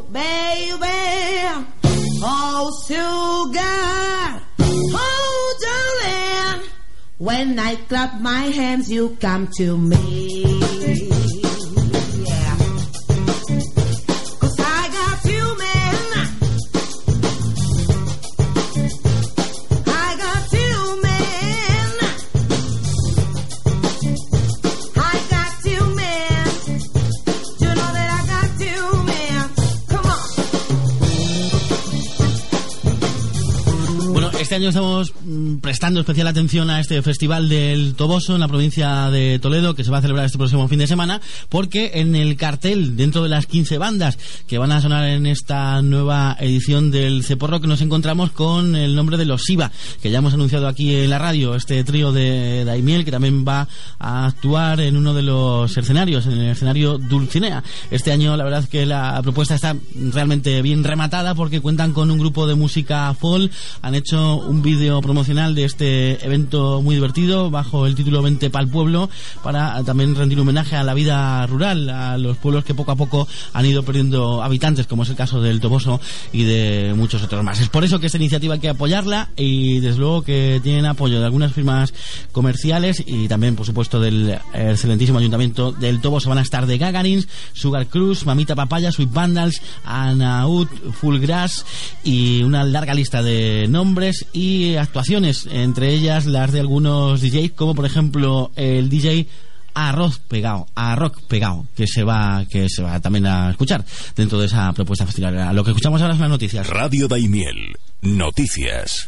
Speaker 19: baby, oh sugar, oh darling. When I clap my hands, you come to me. Yeah. 'Cause I got you, man. I got you, man. I got you, man. You know that I got you, man. Come on.
Speaker 3: Bueno, este año estamos prestando especial atención a este Festival del Toboso en la provincia de Toledo, que se va a celebrar este próximo fin de semana, porque en el cartel, dentro de las 15 bandas que van a sonar en esta nueva edición del Ceporro, que nos encontramos con el nombre de los Siva, que ya hemos anunciado aquí en la radio, este trío de Daimiel, que también va a actuar en uno de los escenarios, en el escenario Dulcinea. Este año la verdad es que la propuesta está realmente bien rematada, porque cuentan con un grupo de música folk, han hecho un vídeo promocional de este evento muy divertido bajo el título Vente pa'l Pueblo, para también rendir homenaje a la vida rural, a los pueblos que poco a poco han ido perdiendo habitantes, como es el caso del Toboso y de muchos otros más. Es por eso que esta iniciativa hay que apoyarla, y desde luego que tienen apoyo de algunas firmas comerciales y también, por supuesto, del excelentísimo Ayuntamiento del Toboso. Van a estar The Gagarins, Sugar Cruise, Mamita Papaya, Sweet Vandals, Anaut, Full Grass y una larga lista de nombres y actuaciones, entre ellas las de algunos DJs, como por ejemplo el DJ a Rock Pegao, que se va también a escuchar dentro de esa propuesta festival. Lo que escuchamos ahora son las noticias.
Speaker 1: Radio Daimiel, noticias.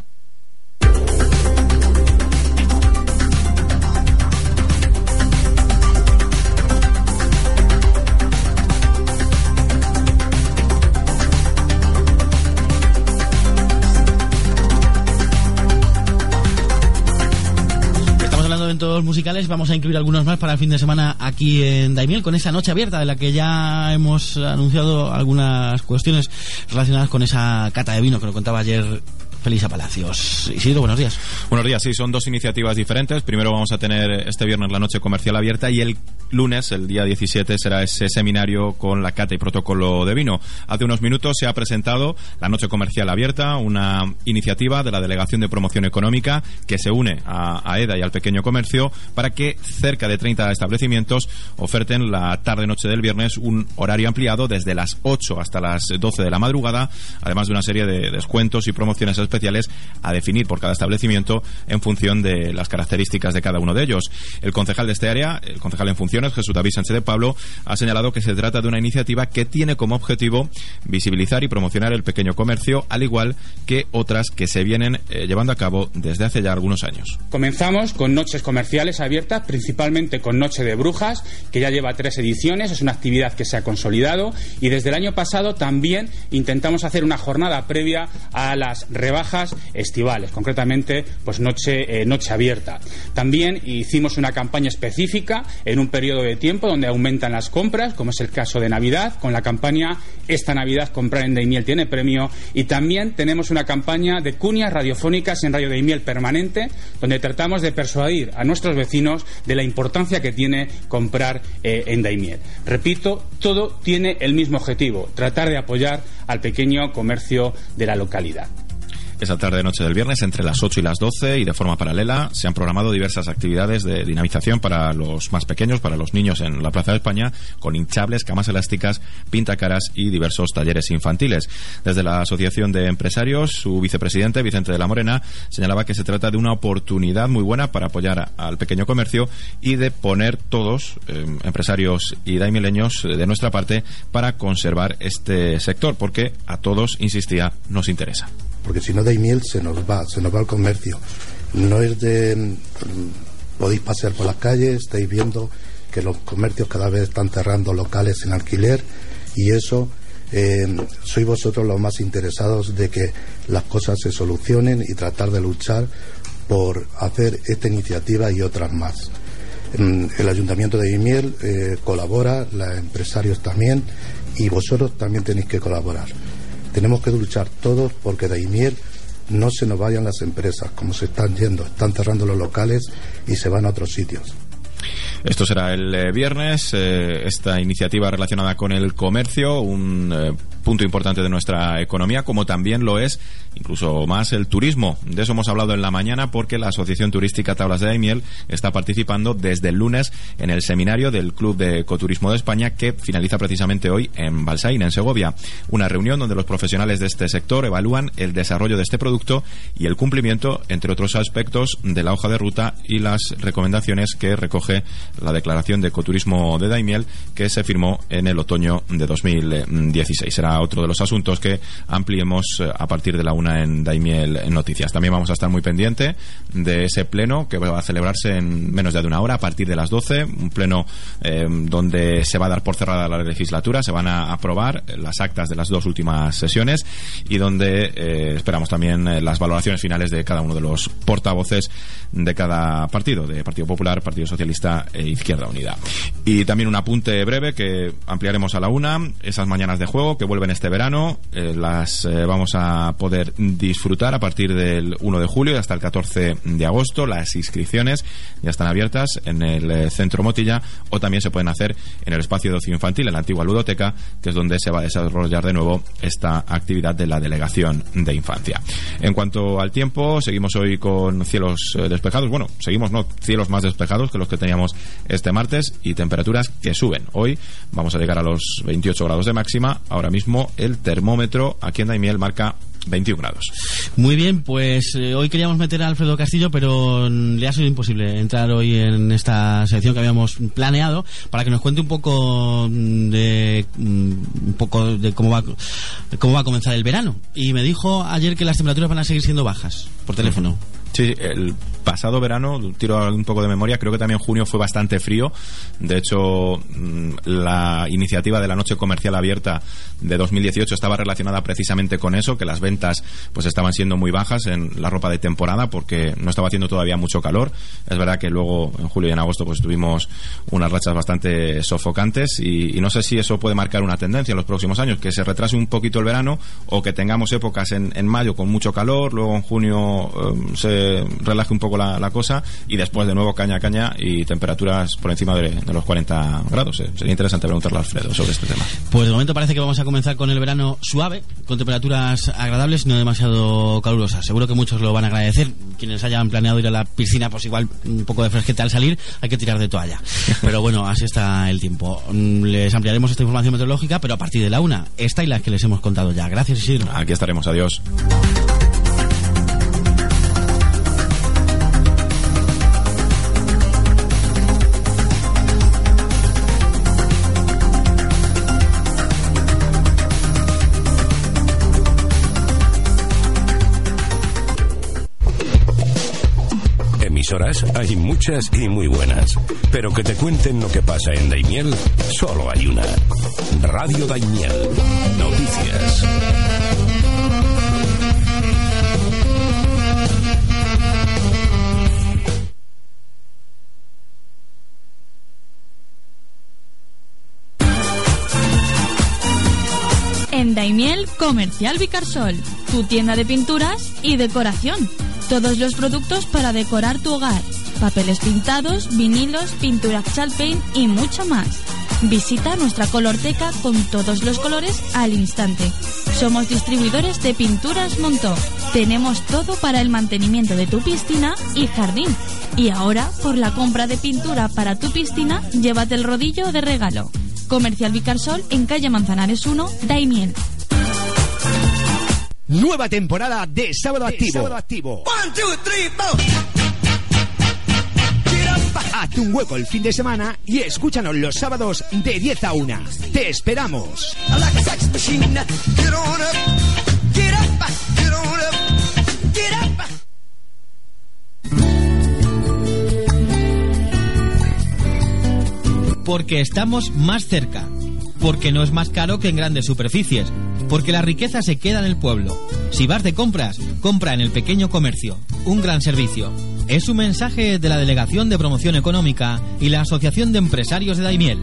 Speaker 3: Eventos musicales, vamos a incluir algunos más para el fin de semana aquí en Daimiel, con esa noche abierta de la que ya hemos anunciado algunas cuestiones relacionadas con esa cata de vino que lo contaba ayer Felisa Palacios. Isidro, buenos días.
Speaker 20: Buenos días, sí, son dos iniciativas diferentes. Primero vamos a tener este viernes la noche comercial abierta, y el lunes, el día 17, será ese seminario con la cata y protocolo de vino. Hace unos minutos se ha presentado la noche comercial abierta, una iniciativa de la Delegación de Promoción Económica que se une a EDA y al pequeño comercio para que cerca de 30 establecimientos oferten la tarde-noche del viernes un horario ampliado desde las 8 hasta las 12 de la madrugada, además de una serie de descuentos y promociones especiales a definir por cada establecimiento en función de las características de cada uno de ellos. El concejal de este área, el concejal en funciones, Jesús David Sánchez de Pablo, ha señalado que se trata de una iniciativa que tiene como objetivo visibilizar y promocionar el pequeño comercio, al igual que otras que se vienen llevando a cabo desde hace ya algunos años.
Speaker 21: Comenzamos con noches comerciales abiertas, principalmente con Noche de Brujas, que ya lleva 3 ediciones, es una actividad que se ha consolidado, y desde el año pasado también intentamos hacer una jornada previa a las rebajas estivales, concretamente pues noche abierta. También hicimos una campaña específica en un periodo de tiempo donde aumentan las compras, como es el caso de Navidad, con la campaña Esta Navidad comprar en Daimiel tiene premio, y también tenemos una campaña de cuñas radiofónicas en Radio Daimiel permanente, donde tratamos de persuadir a nuestros vecinos de la importancia que tiene comprar en Daimiel. Repito, todo tiene el mismo objetivo: tratar de apoyar al pequeño comercio de la localidad.
Speaker 20: Esa tarde-noche del viernes, entre las 8 y las 12, y de forma paralela, se han programado diversas actividades de dinamización para los más pequeños, para los niños en la Plaza de España, con hinchables, camas elásticas, pintacaras y diversos talleres infantiles. Desde la Asociación de Empresarios, su vicepresidente, Vicente de la Morena, señalaba que se trata de una oportunidad muy buena para apoyar al pequeño comercio y de poner todos, empresarios y daimileños, de nuestra parte para conservar este sector, porque a todos, insistía, nos interesa.
Speaker 22: Porque si no, Daimiel se nos va el comercio. No es de... Podéis pasear por las calles, estáis viendo que los comercios cada vez están cerrando locales en alquiler, y eso sois vosotros los más interesados de que las cosas se solucionen y tratar de luchar por hacer esta iniciativa y otras más. El Ayuntamiento de Daimiel colabora, los empresarios también, y vosotros también tenéis que colaborar. Tenemos que luchar todos porque Daimiel no se nos vayan las empresas, como se están yendo, están cerrando los locales y se van a otros sitios.
Speaker 20: Esto será el viernes, esta iniciativa relacionada con el comercio, un punto importante de nuestra economía, como también lo es incluso más el turismo. De eso hemos hablado en la mañana, porque la Asociación Turística Tablas de Daimiel está participando desde el lunes en el seminario del Club de Ecoturismo de España, que finaliza precisamente hoy en Balsaín, en Segovia. Una reunión donde los profesionales de este sector evalúan el desarrollo de este producto y el cumplimiento, entre otros aspectos, de la hoja de ruta y las recomendaciones que recoge la Declaración de Ecoturismo de Daimiel, que se firmó en el otoño de 2016. Será otro de los asuntos que ampliemos a partir de la 1 en Daimiel en Noticias. También vamos a estar muy pendiente de ese pleno que va a celebrarse en menos de una hora, a partir de las 12, un pleno donde se va a dar por cerrada la legislatura, se van a aprobar las actas de las 2 últimas sesiones y donde esperamos también las valoraciones finales de cada uno de los portavoces de cada partido, de Partido Popular, Partido Socialista e Izquierda Unida. Y también un apunte breve que ampliaremos a la 1, esas mañanas de juego que vuelven este verano, las vamos a poder disfrutar a partir del 1 de julio y hasta el 14 de agosto. Las inscripciones ya están abiertas en el Centro Motilla, o también se pueden hacer en el espacio de ocio infantil, en la antigua ludoteca, que es donde se va a desarrollar de nuevo esta actividad de la Delegación de Infancia. En cuanto al tiempo, seguimos hoy con cielos despejados. Bueno, cielos más despejados que los que teníamos este martes, y temperaturas que suben. Hoy vamos a llegar a los 28 grados de máxima. Ahora mismo el termómetro aquí en Daimiel marca 21 grados.
Speaker 3: Muy bien, pues hoy queríamos meter a Alfredo Castillo, pero le ha sido imposible entrar hoy en esta sección que habíamos planeado, para que nos cuente un poco de cómo va a comenzar el verano. Y me dijo ayer que las temperaturas van a seguir siendo bajas, por teléfono.
Speaker 20: Sí, el pasado verano, tiro un poco de memoria, creo que también junio fue bastante frío. De hecho, la iniciativa de la noche comercial abierta de 2018 estaba relacionada precisamente con eso, que las ventas pues estaban siendo muy bajas en la ropa de temporada porque no estaba haciendo todavía mucho calor. Es verdad que luego en julio y en agosto pues tuvimos unas rachas bastante sofocantes y no sé si eso puede marcar una tendencia en los próximos años, que se retrase un poquito el verano o que tengamos épocas en mayo con mucho calor, luego en junio se relaje un poco la cosa y después de nuevo caña y temperaturas por encima de los 40 grados. Sería interesante preguntarle a Alfredo sobre este tema.
Speaker 3: Pues de momento parece que vamos a comenzar con el verano suave, con temperaturas agradables y no demasiado calurosas. Seguro que muchos lo van a agradecer. Quienes hayan planeado ir a la piscina, pues igual un poco de fresquete al salir, hay que tirar de toalla. Pero bueno, así está el tiempo. Les ampliaremos esta información meteorológica, pero a partir de la 1. Esta y las que les hemos contado ya. Gracias, Isidro.
Speaker 20: Aquí estaremos. Adiós.
Speaker 1: Emisoras hay muchas y muy buenas, pero que te cuenten lo que pasa en Daimiel, solo hay una. Radio Daimiel. Noticias.
Speaker 4: En Daimiel, Comercial Vicarsol, tu tienda de pinturas y decoración. Todos los productos para decorar tu hogar. Papeles pintados, vinilos, pintura Chalk Paint y mucho más. Visita nuestra colorteca con todos los colores al instante. Somos distribuidores de Pinturas Montó. Tenemos todo para el mantenimiento de tu piscina y jardín. Y ahora, por la compra de pintura para tu piscina, llévate el rodillo de regalo. Comercial Vicarsol en calle Manzanares 1, Daimiel.
Speaker 6: Nueva temporada de Sábado Activo.
Speaker 2: One, two, three, four.
Speaker 6: Hazte un hueco el fin de semana y escúchanos los sábados de 10 a 1. Te esperamos.
Speaker 3: Porque estamos más cerca. Porque no es más caro que en grandes superficies. Porque la riqueza se queda en el pueblo. Si vas de compras, compra en el pequeño comercio. Un gran servicio. Es un mensaje de la Delegación de Promoción Económica y la Asociación de Empresarios de Daimiel.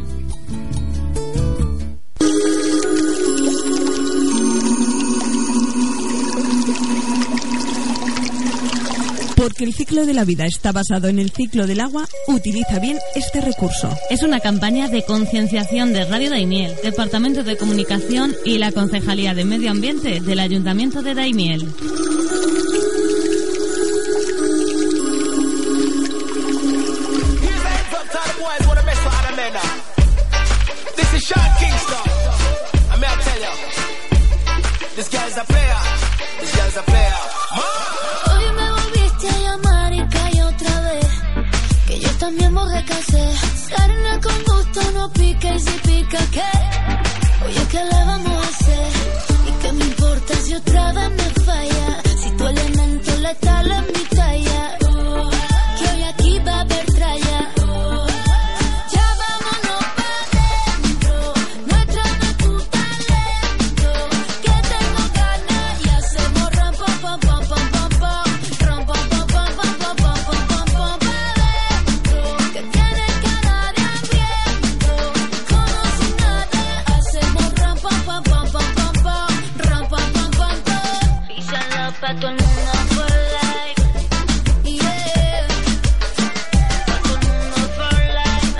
Speaker 8: Porque el ciclo de la vida está basado en el ciclo del agua, utiliza bien este recurso.
Speaker 9: Es una campaña de concienciación de Radio Daimiel, Departamento de Comunicación y la Concejalía de Medio Ambiente del Ayuntamiento de Daimiel.
Speaker 5: Hoy me volviste a llamar y cayó otra vez, que yo también mojé casé. Carne con gusto no pica y si pica ¿qué? Oye, ¿qué le vamos a hacer? ¿Y qué me importa si otra vez me falla? Si tu elemento letal es mi talla, que hoy aquí va a haber tralla. Ya vámonos pa' dentro, muéstrame tu talento, que tengo ganas y hacemos ram pam pam pam pam pam pam, ram pam pam pam pam pam pam pam pam pam pa' dentro, que tienes cara de hambriento, como si nada, hacemos ram pam pam pam pam pam pam, ram pam pam pam pam, písala pa' todo el mundo por like, yeah, pa' todo el mundo por like,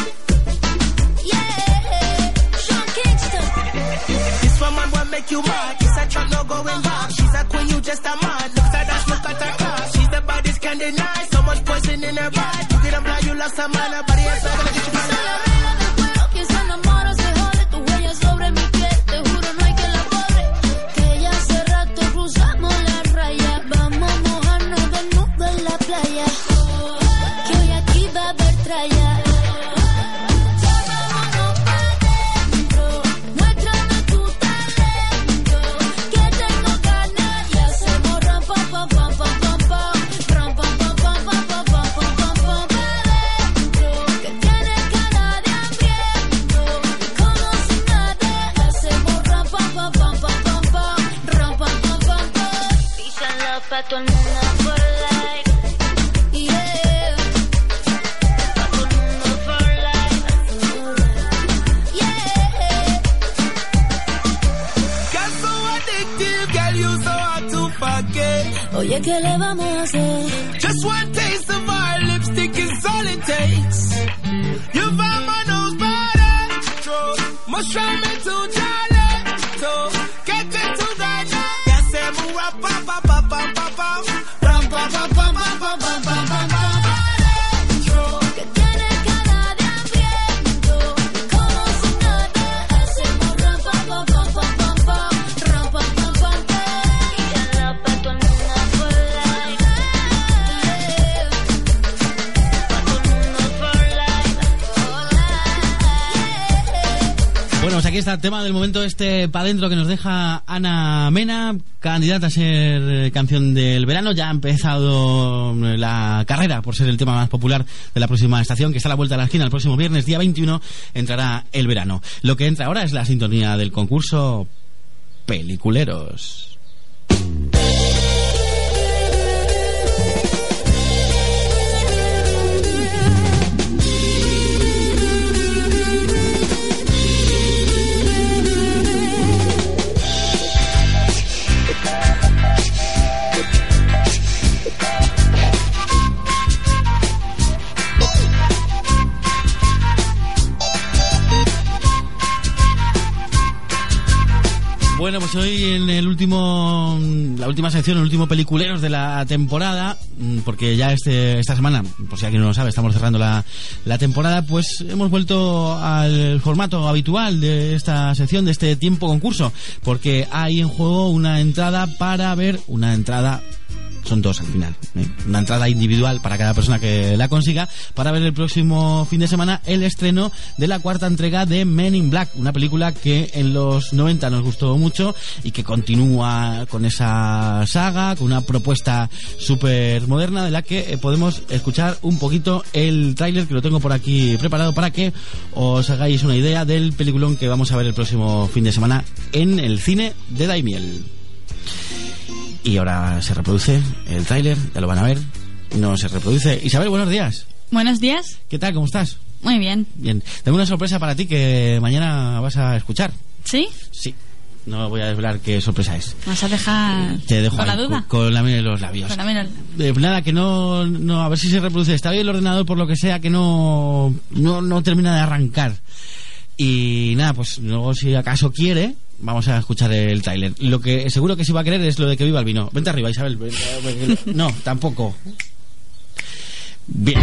Speaker 5: yeah, Sean Kingston.
Speaker 2: This woman will make you mad. It's a track no going back. She's a queen, you just a man. Look at that, look at her class. She's the baddest candy nice. So much poison in her body. You get 'em blind, you lost a man. Her body is gonna get you
Speaker 5: Soy la reina del juego, quien se enamora se jode. Tu huella sobre mi piel, te juro no hay que la borre. Que ya hace rato cruzamos la raya. Vamos a mojarnos desnudos en la playa, que hoy aquí va a haber tralla. Ya vámonos pa' dentro, muéstrame tu talento, que tengo ganas y hacemos ram pam pam pam pam pam pam, ram pam pam pam pam pam pam pam pam pam pa' dentro, que tienes cara de hambriento, como si nada, hacemos ram pam pam pam pam pam pam, ram pam pam pam pam, písala pa' todo el mundo por like, yeah, pa' todo el mundo por like, yeah.
Speaker 2: Girl, so addictive, girl, you so hard to forget.
Speaker 5: Oye, ¿qué le vamos a hacer?
Speaker 2: Just one taste of our lipstick is all it takes. You found my nose better. Must try me to talento. Get into that now. Ya se mura pa pa pa pa pa pa. Ram pa pa pa pa pa pa pa pa pa.
Speaker 5: Que tienes cara de hambriento, como si nada, hacemos ram pam pam pam pam pam pam, ram pam pam pam pam, písala pa' todo el mundo por like, yeah, pa' todo el mundo por like, yeah.
Speaker 3: Bueno, pues aquí está el tema del momento, este pa' dentro que nos deja Ana Mena, candidata a ser canción del verano. Ya ha empezado la carrera por ser el tema más popular de la próxima estación, que está a la vuelta de la esquina. El próximo viernes, día 21, entrará el verano. Lo que entra ahora es la sintonía del concurso Peliculeros. Bueno, pues hoy en la última sección, el último Peliculeros de la temporada, porque ya esta semana, por si alguien no lo sabe, estamos cerrando la temporada, pues hemos vuelto al formato habitual de esta sección, de este tiempo concurso, porque hay en juego una entrada para ver, son dos al final, una entrada individual para cada persona que la consiga, para ver el próximo fin de semana el estreno de la cuarta entrega de Men in Black, una película que en los 90 nos gustó mucho y que continúa con esa saga, con una propuesta súper moderna, de la que podemos escuchar un poquito el tráiler, que lo tengo por aquí preparado para que os hagáis una idea del peliculón que vamos a ver el próximo fin de semana en el cine de Daimiel. Y ahora se reproduce el tráiler, ya lo van a ver. No se reproduce. Isabel, buenos días.
Speaker 4: Buenos días.
Speaker 3: ¿Qué tal? ¿Cómo estás?
Speaker 4: Muy bien.
Speaker 3: Bien. Tengo una sorpresa para ti que mañana vas a escuchar.
Speaker 4: ¿Sí?
Speaker 3: Sí. No voy a desvelar qué sorpresa es.
Speaker 4: ¿Vas a dejar
Speaker 3: Te dejo
Speaker 4: con la
Speaker 3: ahí,
Speaker 4: duda?
Speaker 3: con la miel en los labios.
Speaker 4: Con la miel.
Speaker 3: Nada, que no, a ver si se reproduce. Está bien el ordenador por lo que sea, que no termina de arrancar. Y nada, pues luego si acaso quiere, vamos a escuchar el tráiler. Lo que seguro que sí va a querer es lo de que viva el vino. Vente arriba, Isabel. No, tampoco. Bien.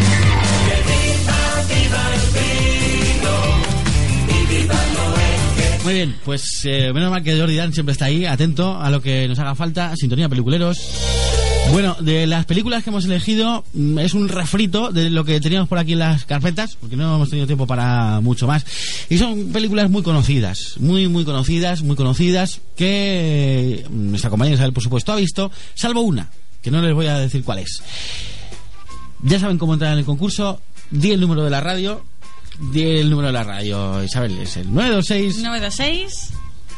Speaker 3: Muy bien, pues menos mal que Jordi Dan siempre está ahí, atento a lo que nos haga falta. Sintonía peliculeros. Bueno, de las películas que hemos elegido, es un refrito de lo que teníamos por aquí en las carpetas, porque no hemos tenido tiempo para mucho más. Y son películas muy conocidas, muy conocidas, que nuestra compañera Isabel, por supuesto, ha visto, salvo una, que no les voy a decir cuál es. Ya saben cómo entrar en el concurso. Di el número de la radio. Isabel, es el 926.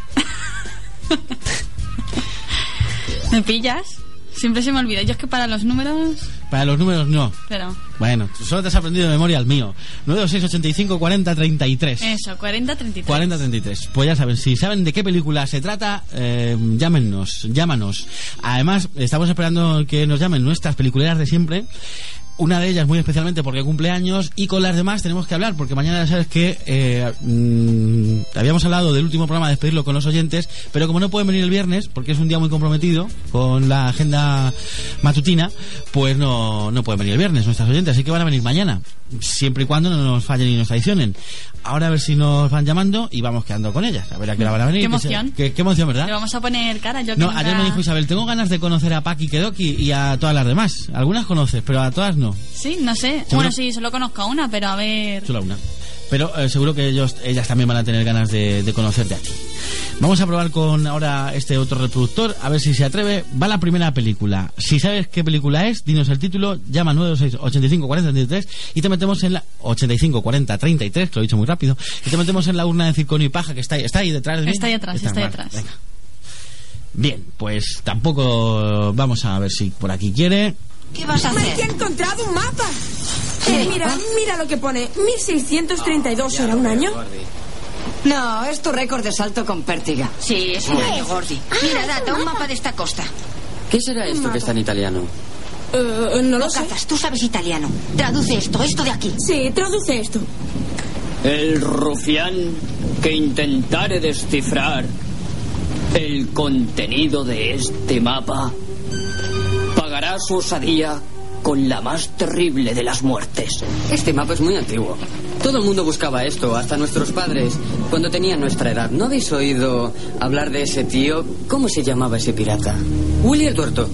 Speaker 4: ¿Me pillas? Siempre se me olvida. Yo es que para los números...
Speaker 3: Para los números no.
Speaker 4: Pero...
Speaker 3: Bueno, solo te has aprendido de memoria el mío. 926 85 40 33.
Speaker 4: Eso, 40 33.
Speaker 3: 40 33. Pues ya saben, si saben de qué película se trata, llámanos. Además, estamos esperando que nos llamen nuestras peliculeras de siempre. Una de ellas muy especialmente porque cumple años, y con las demás tenemos que hablar porque mañana ya sabes que habíamos hablado del último programa, despedirlo con los oyentes, pero como no pueden venir el viernes porque es un día muy comprometido con la agenda matutina, pues no pueden venir el viernes nuestras oyentes, así que van a venir mañana, siempre y cuando no nos fallen y nos traicionen. Ahora a ver si nos van llamando y vamos quedando con ellas, a ver a qué hora van a venir.
Speaker 4: Qué emoción.
Speaker 3: Qué emoción, ¿verdad?
Speaker 4: Le vamos a poner cara. Yo
Speaker 3: no, ayer me dijo Isabel, tengo ganas de conocer a Paqui Kedoki y a todas las demás. Algunas conoces, pero a todas no.
Speaker 4: Sí, no sé.
Speaker 3: ¿Seguro?
Speaker 4: Bueno, sí, solo conozco a una, pero a ver...
Speaker 3: Solo una. Pero seguro que ellas también van a tener ganas de conocerte a ti. Vamos a probar con ahora este otro reproductor, a ver si se atreve. Va la primera película. Si sabes qué película es, dinos el título, llama 926 85 40 33 y te metemos en la 85 40 33, que lo he dicho muy rápido, y te metemos en la urna de circonio y paja que está ahí detrás de mí.
Speaker 4: Está ahí atrás.
Speaker 3: Venga. Bien, pues tampoco vamos a ver si por aquí quiere.
Speaker 10: ¿Qué vas a hacer?
Speaker 11: ¡Me he encontrado un mapa!
Speaker 10: Sí,
Speaker 11: mira lo que pone. 1632 era un año.
Speaker 10: No, es tu récord de salto con pértiga.
Speaker 11: Sí, es un año, Gordi.
Speaker 10: Mira, data, un mapa de esta costa.
Speaker 23: ¿Qué será esto que está en italiano?
Speaker 11: No lo sé.
Speaker 10: Cazas, tú sabes italiano. Traduce esto de aquí.
Speaker 11: Sí, traduce esto.
Speaker 23: El rufián que intentare descifrar el contenido de este mapa pagará su osadía con la más terrible de las muertes. Este mapa es muy antiguo. Todo el mundo buscaba esto, hasta nuestros padres, cuando tenían nuestra edad. ¿No habéis oído hablar de ese tío? ¿Cómo se llamaba ese pirata? Willy el Tuerto.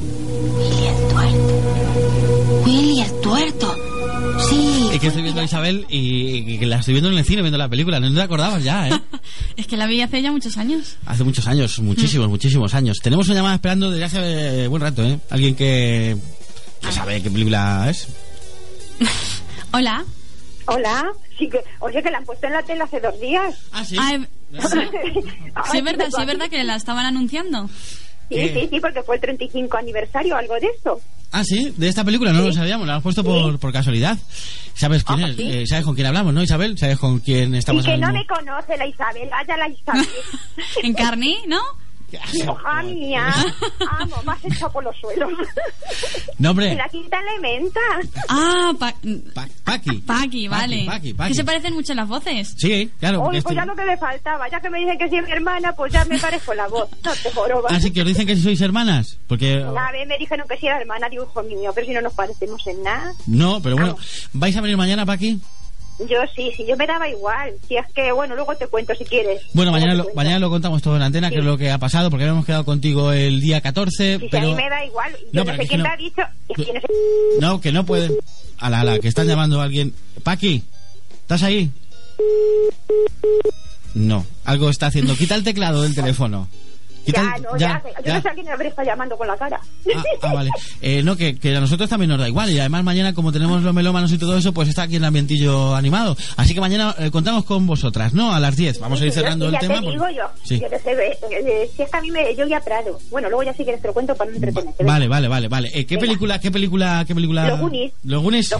Speaker 10: Willy el Tuerto. Sí.
Speaker 3: Es que estoy viendo a Isabel y que la estoy viendo en el cine, viendo la película. No te acordabas ya, ¿eh?
Speaker 4: Es que la vi hace ya muchos años.
Speaker 3: Hace muchos años, muchísimos años. Tenemos una llamada esperando desde hace buen rato, ¿eh? Alguien que sabe qué película es.
Speaker 4: Hola.
Speaker 24: Sí, oye, que la han puesto en la tele hace 2 días.
Speaker 3: Ah, sí.
Speaker 4: Sí, es verdad que la estaban anunciando.
Speaker 24: Sí, porque fue el 35 aniversario, algo de eso.
Speaker 3: Ah, sí, de esta película no lo sabíamos, la hemos puesto por casualidad. ¿Sabes quién es?
Speaker 24: ¿sí?
Speaker 3: ¿Sabes con quién hablamos, no, Isabel? ¿Sabes con quién estamos
Speaker 24: hablando? Y que
Speaker 3: hablando?
Speaker 24: no me conoce la Isabel, vaya la Isabel.
Speaker 4: ¿En Carni, no?
Speaker 24: Hija mía, amo, me has echado por los suelos.
Speaker 3: No, hombre.
Speaker 24: En la quinta elementa.
Speaker 4: Ah,
Speaker 3: Paqui,
Speaker 4: vale.
Speaker 3: Paqui.
Speaker 4: Que se parecen mucho las voces.
Speaker 3: Sí, claro.
Speaker 24: Oye, pues ya lo que me faltaba, ya que me dicen que soy mi hermana, pues ya me parezco la voz. No te jorobas.
Speaker 3: Así que os dicen que si sois hermanas, porque...
Speaker 24: Una vez me dijeron que si era hermana, digo, hijo mío, pero si no nos parecemos en nada.
Speaker 3: No, pero bueno, ¿vais a venir mañana, Paqui?
Speaker 24: Yo sí, yo me daba igual. Si es que, bueno, luego te cuento si quieres.
Speaker 3: Bueno, mañana lo contamos todo en antena, que es lo que ha pasado, porque habíamos quedado contigo el día 14,
Speaker 24: sí,
Speaker 3: pero...
Speaker 24: a mí me da igual. Yo no sé quién te ha dicho.
Speaker 3: No, que no pueden... Ala, que están llamando a alguien. Paqui, ¿estás ahí? No, algo está haciendo. Quita el teclado del teléfono.
Speaker 24: Yo no sé a quién me está llamando con la cara.
Speaker 3: Vale. No, que a nosotros también nos da igual. Y además mañana, como tenemos los melómanos y todo eso, pues está aquí el ambientillo animado. Así que mañana contamos con vosotras, ¿no? A las 10. Vamos a ir cerrando el tema.
Speaker 24: Ya te digo yo.
Speaker 3: Sí.
Speaker 24: Yo si es que a mí yo ya Prado. Bueno, luego ya si quieres te lo cuento para no entretenerte.
Speaker 3: Vale. ¿Qué película?
Speaker 24: Los Goonies.
Speaker 3: ¿Los Goonies?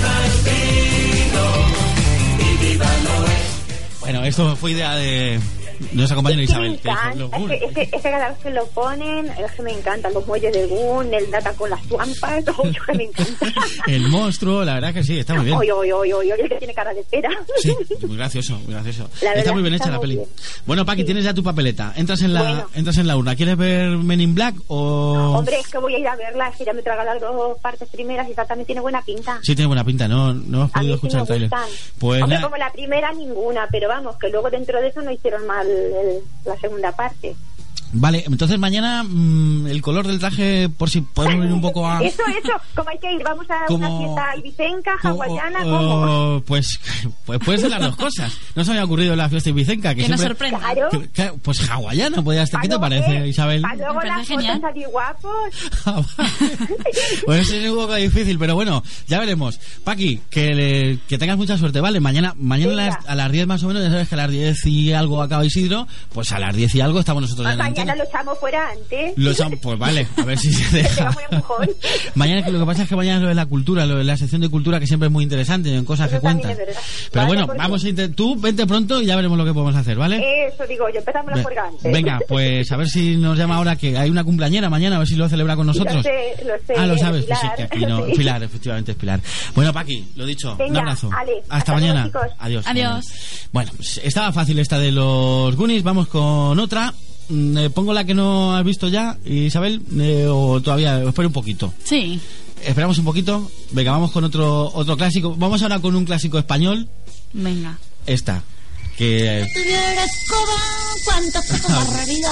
Speaker 3: Bueno, esto fue idea de Nuestra compañera
Speaker 24: Es que
Speaker 3: Isabel.
Speaker 24: me
Speaker 3: que dijo,
Speaker 24: encanta,
Speaker 3: los Goonies.
Speaker 24: es que cada vez que lo ponen, es que me encantan los muelles del Gun, el Data con las tuampas, todo eso que me encanta.
Speaker 3: El monstruo, la verdad que sí, está muy bien.
Speaker 24: Oye, el que tiene cara de pera.
Speaker 3: Sí, muy gracioso, muy gracioso.
Speaker 24: La verdad
Speaker 3: Está muy bien
Speaker 24: está
Speaker 3: hecha la
Speaker 24: muy
Speaker 3: peli.
Speaker 24: bien.
Speaker 3: Bueno, Paqui, tienes ya tu papeleta. Entras en la urna. ¿Quieres ver Men in Black o...?
Speaker 24: Hombre, es que voy a ir a verla, es que ya me he tragado las dos partes primeras y esa también tiene buena pinta.
Speaker 3: Sí, tiene buena pinta, no hemos
Speaker 24: A mí
Speaker 3: podido
Speaker 24: sí
Speaker 3: escuchar
Speaker 24: me
Speaker 3: el tráiler.
Speaker 24: gustan.
Speaker 3: Pues
Speaker 24: Hombre,
Speaker 3: nada,
Speaker 24: como la primera ninguna, pero vamos, que luego dentro de eso no hicieron mal la segunda parte.
Speaker 3: vale, entonces mañana el color del traje, por si podemos ir un poco a...
Speaker 24: Eso, ¿cómo hay que ir? ¿Vamos a una
Speaker 3: Como-
Speaker 24: fiesta ibicenca, hawaiana? ¿Cómo?
Speaker 3: Pues puede ser las dos cosas. No se me había ocurrido la fiesta ibicenca. Que
Speaker 24: nos
Speaker 3: siempre,
Speaker 24: sorprenda. Claro.
Speaker 3: Pues hawaiana podría estar. ¿Qué te parece, Isabel?
Speaker 24: Para luego las fotos salir guapos.
Speaker 3: Pues es un poco difícil, pero bueno, ya veremos. Paqui, que tengas mucha suerte, ¿vale? Mañana a las 10 más o menos, ya sabes que a las 10 y algo acaba Isidro, pues a las 10 y algo estamos nosotros ya en la
Speaker 24: Mañana
Speaker 3: antena.
Speaker 24: lo echamos fuera antes.
Speaker 3: Pues vale, a ver si se deja. Mañana, que lo que pasa es que mañana es lo de la cultura, lo de la sección de cultura, que siempre es muy interesante, en cosas que cuentan.
Speaker 24: Es verdad.
Speaker 3: Pero
Speaker 24: Vale,
Speaker 3: bueno,
Speaker 24: porque-
Speaker 3: vamos a intentar. Tú vente pronto y ya veremos lo que podemos hacer, ¿vale?
Speaker 24: Eso digo yo, empezamos la juerga antes.
Speaker 3: Venga, pues a ver si nos llama ahora, que hay una cumpleañera mañana, a ver si lo celebra con nosotros.
Speaker 24: Lo sé.
Speaker 3: Ah, lo sabes, pues sí,
Speaker 24: Pilar.
Speaker 3: que aquí no.
Speaker 24: Sí.
Speaker 3: Pilar, efectivamente es Pilar. Bueno, Paqui, lo dicho, un
Speaker 24: Venga,
Speaker 3: abrazo.
Speaker 24: ale,
Speaker 3: Hasta
Speaker 24: luego,
Speaker 3: mañana.
Speaker 24: chicos.
Speaker 3: Adiós.
Speaker 4: Adiós.
Speaker 3: Bueno, pues estaba fácil esta de los Goonies, vamos con otra. Pongo la que no has visto ya, Isabel, o todavía, espera un poquito.
Speaker 4: Sí.
Speaker 3: Esperamos un poquito. Venga, vamos con otro clásico. Vamos ahora con un clásico español.
Speaker 4: Venga.
Speaker 3: Esta, que...
Speaker 5: tuviera escoba, cuánta poca barbaridad.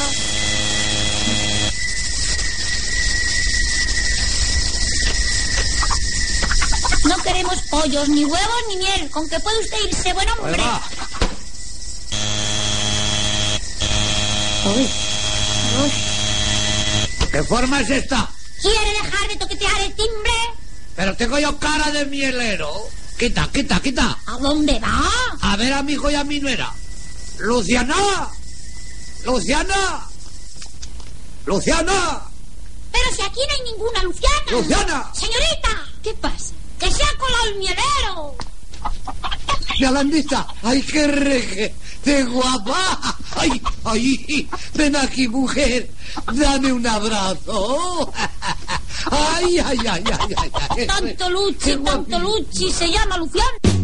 Speaker 5: No queremos pollos, ni huevos, ni miel. Con que puede usted irse, buen hombre. Uy. Uy.
Speaker 12: ¿Qué forma es esta?
Speaker 5: ¿Quiere dejar de toquetear el timbre?
Speaker 12: Pero tengo yo cara de mielero. Quita.
Speaker 5: ¿A dónde va?
Speaker 12: A ver a mi hijo y a mi nuera. ¡Luciana!
Speaker 5: Pero si aquí no hay ninguna Luciana.
Speaker 12: ¡Luciana!
Speaker 5: Señorita. ¿Qué pasa? ¡Que se ha colado el mielero!
Speaker 12: ¡Yalandita! ¡Ay, qué reje! ¡Qué guapa! ¡Ay! Ven aquí, mujer. Dame un abrazo. ¡Ay!
Speaker 5: Tanto Luchi, se llama Luciana.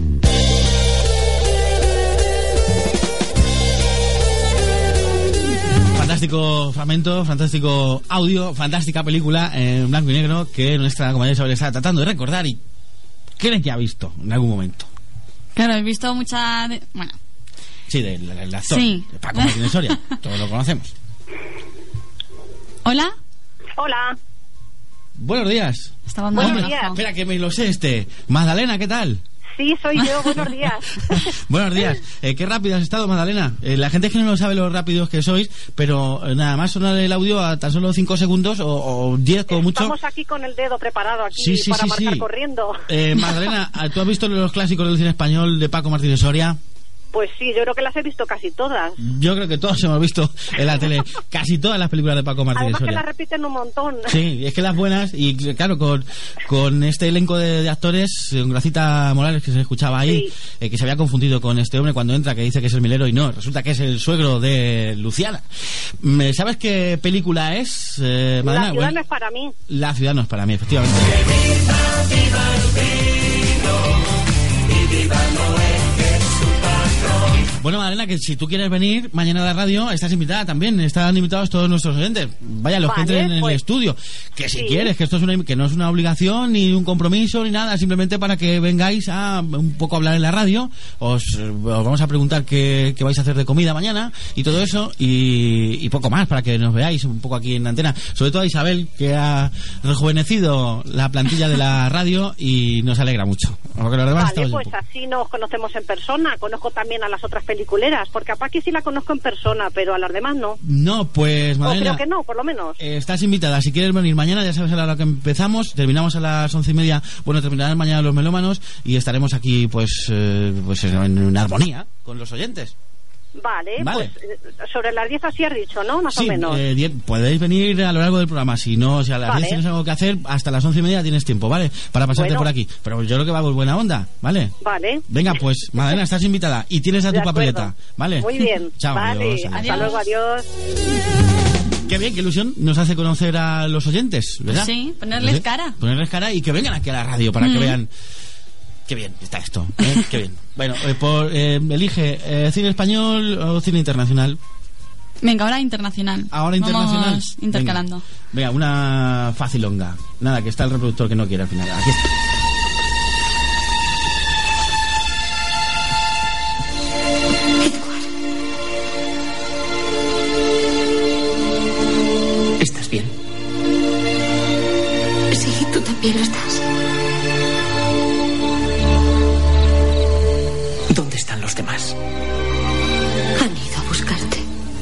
Speaker 3: Fantástico fragmento, fantástico audio, fantástica película en blanco y negro que nuestra compañera Isabel está tratando de recordar y cree que ha visto en algún momento.
Speaker 4: Claro, he visto mucha... Bueno.
Speaker 3: Sí, del actor,
Speaker 4: Sí.
Speaker 3: de Paco Martínez Soria. Todos lo conocemos.
Speaker 4: ¿Hola?
Speaker 24: Hola.
Speaker 3: Buenos días.
Speaker 4: Estaba
Speaker 24: Buenos
Speaker 4: muy
Speaker 24: días.
Speaker 3: Espera, que me lo sé Magdalena, ¿qué tal?
Speaker 24: Sí, soy yo, buenos días.
Speaker 3: Buenos días. Qué rápido has estado, Magdalena. La gente es que no lo sabe lo rápidos que sois, pero nada más sonar el audio a tan solo 5 segundos o 10 como mucho.
Speaker 24: Estamos aquí con el dedo preparado aquí
Speaker 3: Sí,
Speaker 24: para
Speaker 3: sí,
Speaker 24: marcar
Speaker 3: sí.
Speaker 24: corriendo.
Speaker 3: Magdalena, ¿tú has visto los clásicos del cine español de Paco Martínez Soria?
Speaker 24: Pues sí, yo creo que las he visto casi todas.
Speaker 3: Yo creo que todos hemos visto en la tele casi todas las películas de Paco Martínez
Speaker 24: Además que
Speaker 3: Soria.
Speaker 24: las repiten un montón.
Speaker 3: Sí, es que las buenas, y claro, con este elenco de actores, con Gracita Morales, que se escuchaba ahí, que se había confundido con este hombre cuando entra, que dice que es el milero y no, resulta que es el suegro de Luciana. ¿Sabes qué película es, Magdalena?
Speaker 24: La ciudad
Speaker 3: Bueno,
Speaker 24: no es para mí.
Speaker 3: La ciudad no es para mí, efectivamente. Bueno, Magdalena, que si tú quieres venir mañana a la radio, estás invitada también. Están invitados todos nuestros oyentes. Vaya, los que
Speaker 24: Vale,
Speaker 3: entren en
Speaker 24: pues,
Speaker 3: el estudio. Que si
Speaker 24: sí.
Speaker 3: quieres, que esto es que no es una obligación, ni un compromiso, ni nada. Simplemente para que vengáis a un poco hablar en la radio. Os vamos a preguntar qué vais a hacer de comida mañana y todo eso. Y poco más, para que nos veáis un poco aquí en la antena. Sobre todo a Isabel, que ha rejuvenecido la plantilla de la radio y nos alegra mucho. Porque los demás
Speaker 24: Vale,
Speaker 3: estamos
Speaker 24: pues así nos conocemos en persona. Conozco también a las otras peliculeras, porque a Paqui sí la conozco en persona, pero a las demás no.
Speaker 3: No, pues
Speaker 24: O
Speaker 3: Magdalena,
Speaker 24: creo que no, por lo menos.
Speaker 3: estás invitada. Si quieres venir mañana, ya sabes a la hora que empezamos. Terminamos a las 11:30. Bueno, terminarán mañana los melómanos y estaremos aquí, pues en una armonía con los oyentes.
Speaker 24: Vale,
Speaker 3: Vale.
Speaker 24: pues sobre las 10 así has dicho, ¿no? Más o menos.
Speaker 3: Podéis venir a lo largo del programa. Si no, si a las 10 tienes algo que hacer, hasta las 11:30 tienes tiempo, ¿vale? Para pasarte por aquí. Pero yo creo que va por buena onda, ¿vale?
Speaker 24: Vale.
Speaker 3: Venga, pues, Magdalena, estás invitada. Y tienes a tu papeleta, ¿vale?
Speaker 24: Muy bien.
Speaker 3: Chao,
Speaker 24: vale,
Speaker 3: adiós.
Speaker 24: hasta luego, adiós.
Speaker 3: Qué bien, qué ilusión nos hace conocer a los oyentes, ¿verdad?
Speaker 4: Sí, ponerles cara.
Speaker 3: Ponerles cara y que vengan aquí a la radio para que vean. Qué bien está esto, ¿eh? Qué bien. Bueno, elige cine español o cine internacional.
Speaker 4: Venga, ahora internacional.
Speaker 3: Ahora internacional.
Speaker 4: Vamos intercalando.
Speaker 3: Venga, una facilonga. Nada, que está el reproductor que no quiere al final. Aquí está.
Speaker 13: ¿Estás bien?
Speaker 5: Sí, tú también lo estás.
Speaker 13: ¿Dónde están los demás?
Speaker 5: Han ido a buscarte.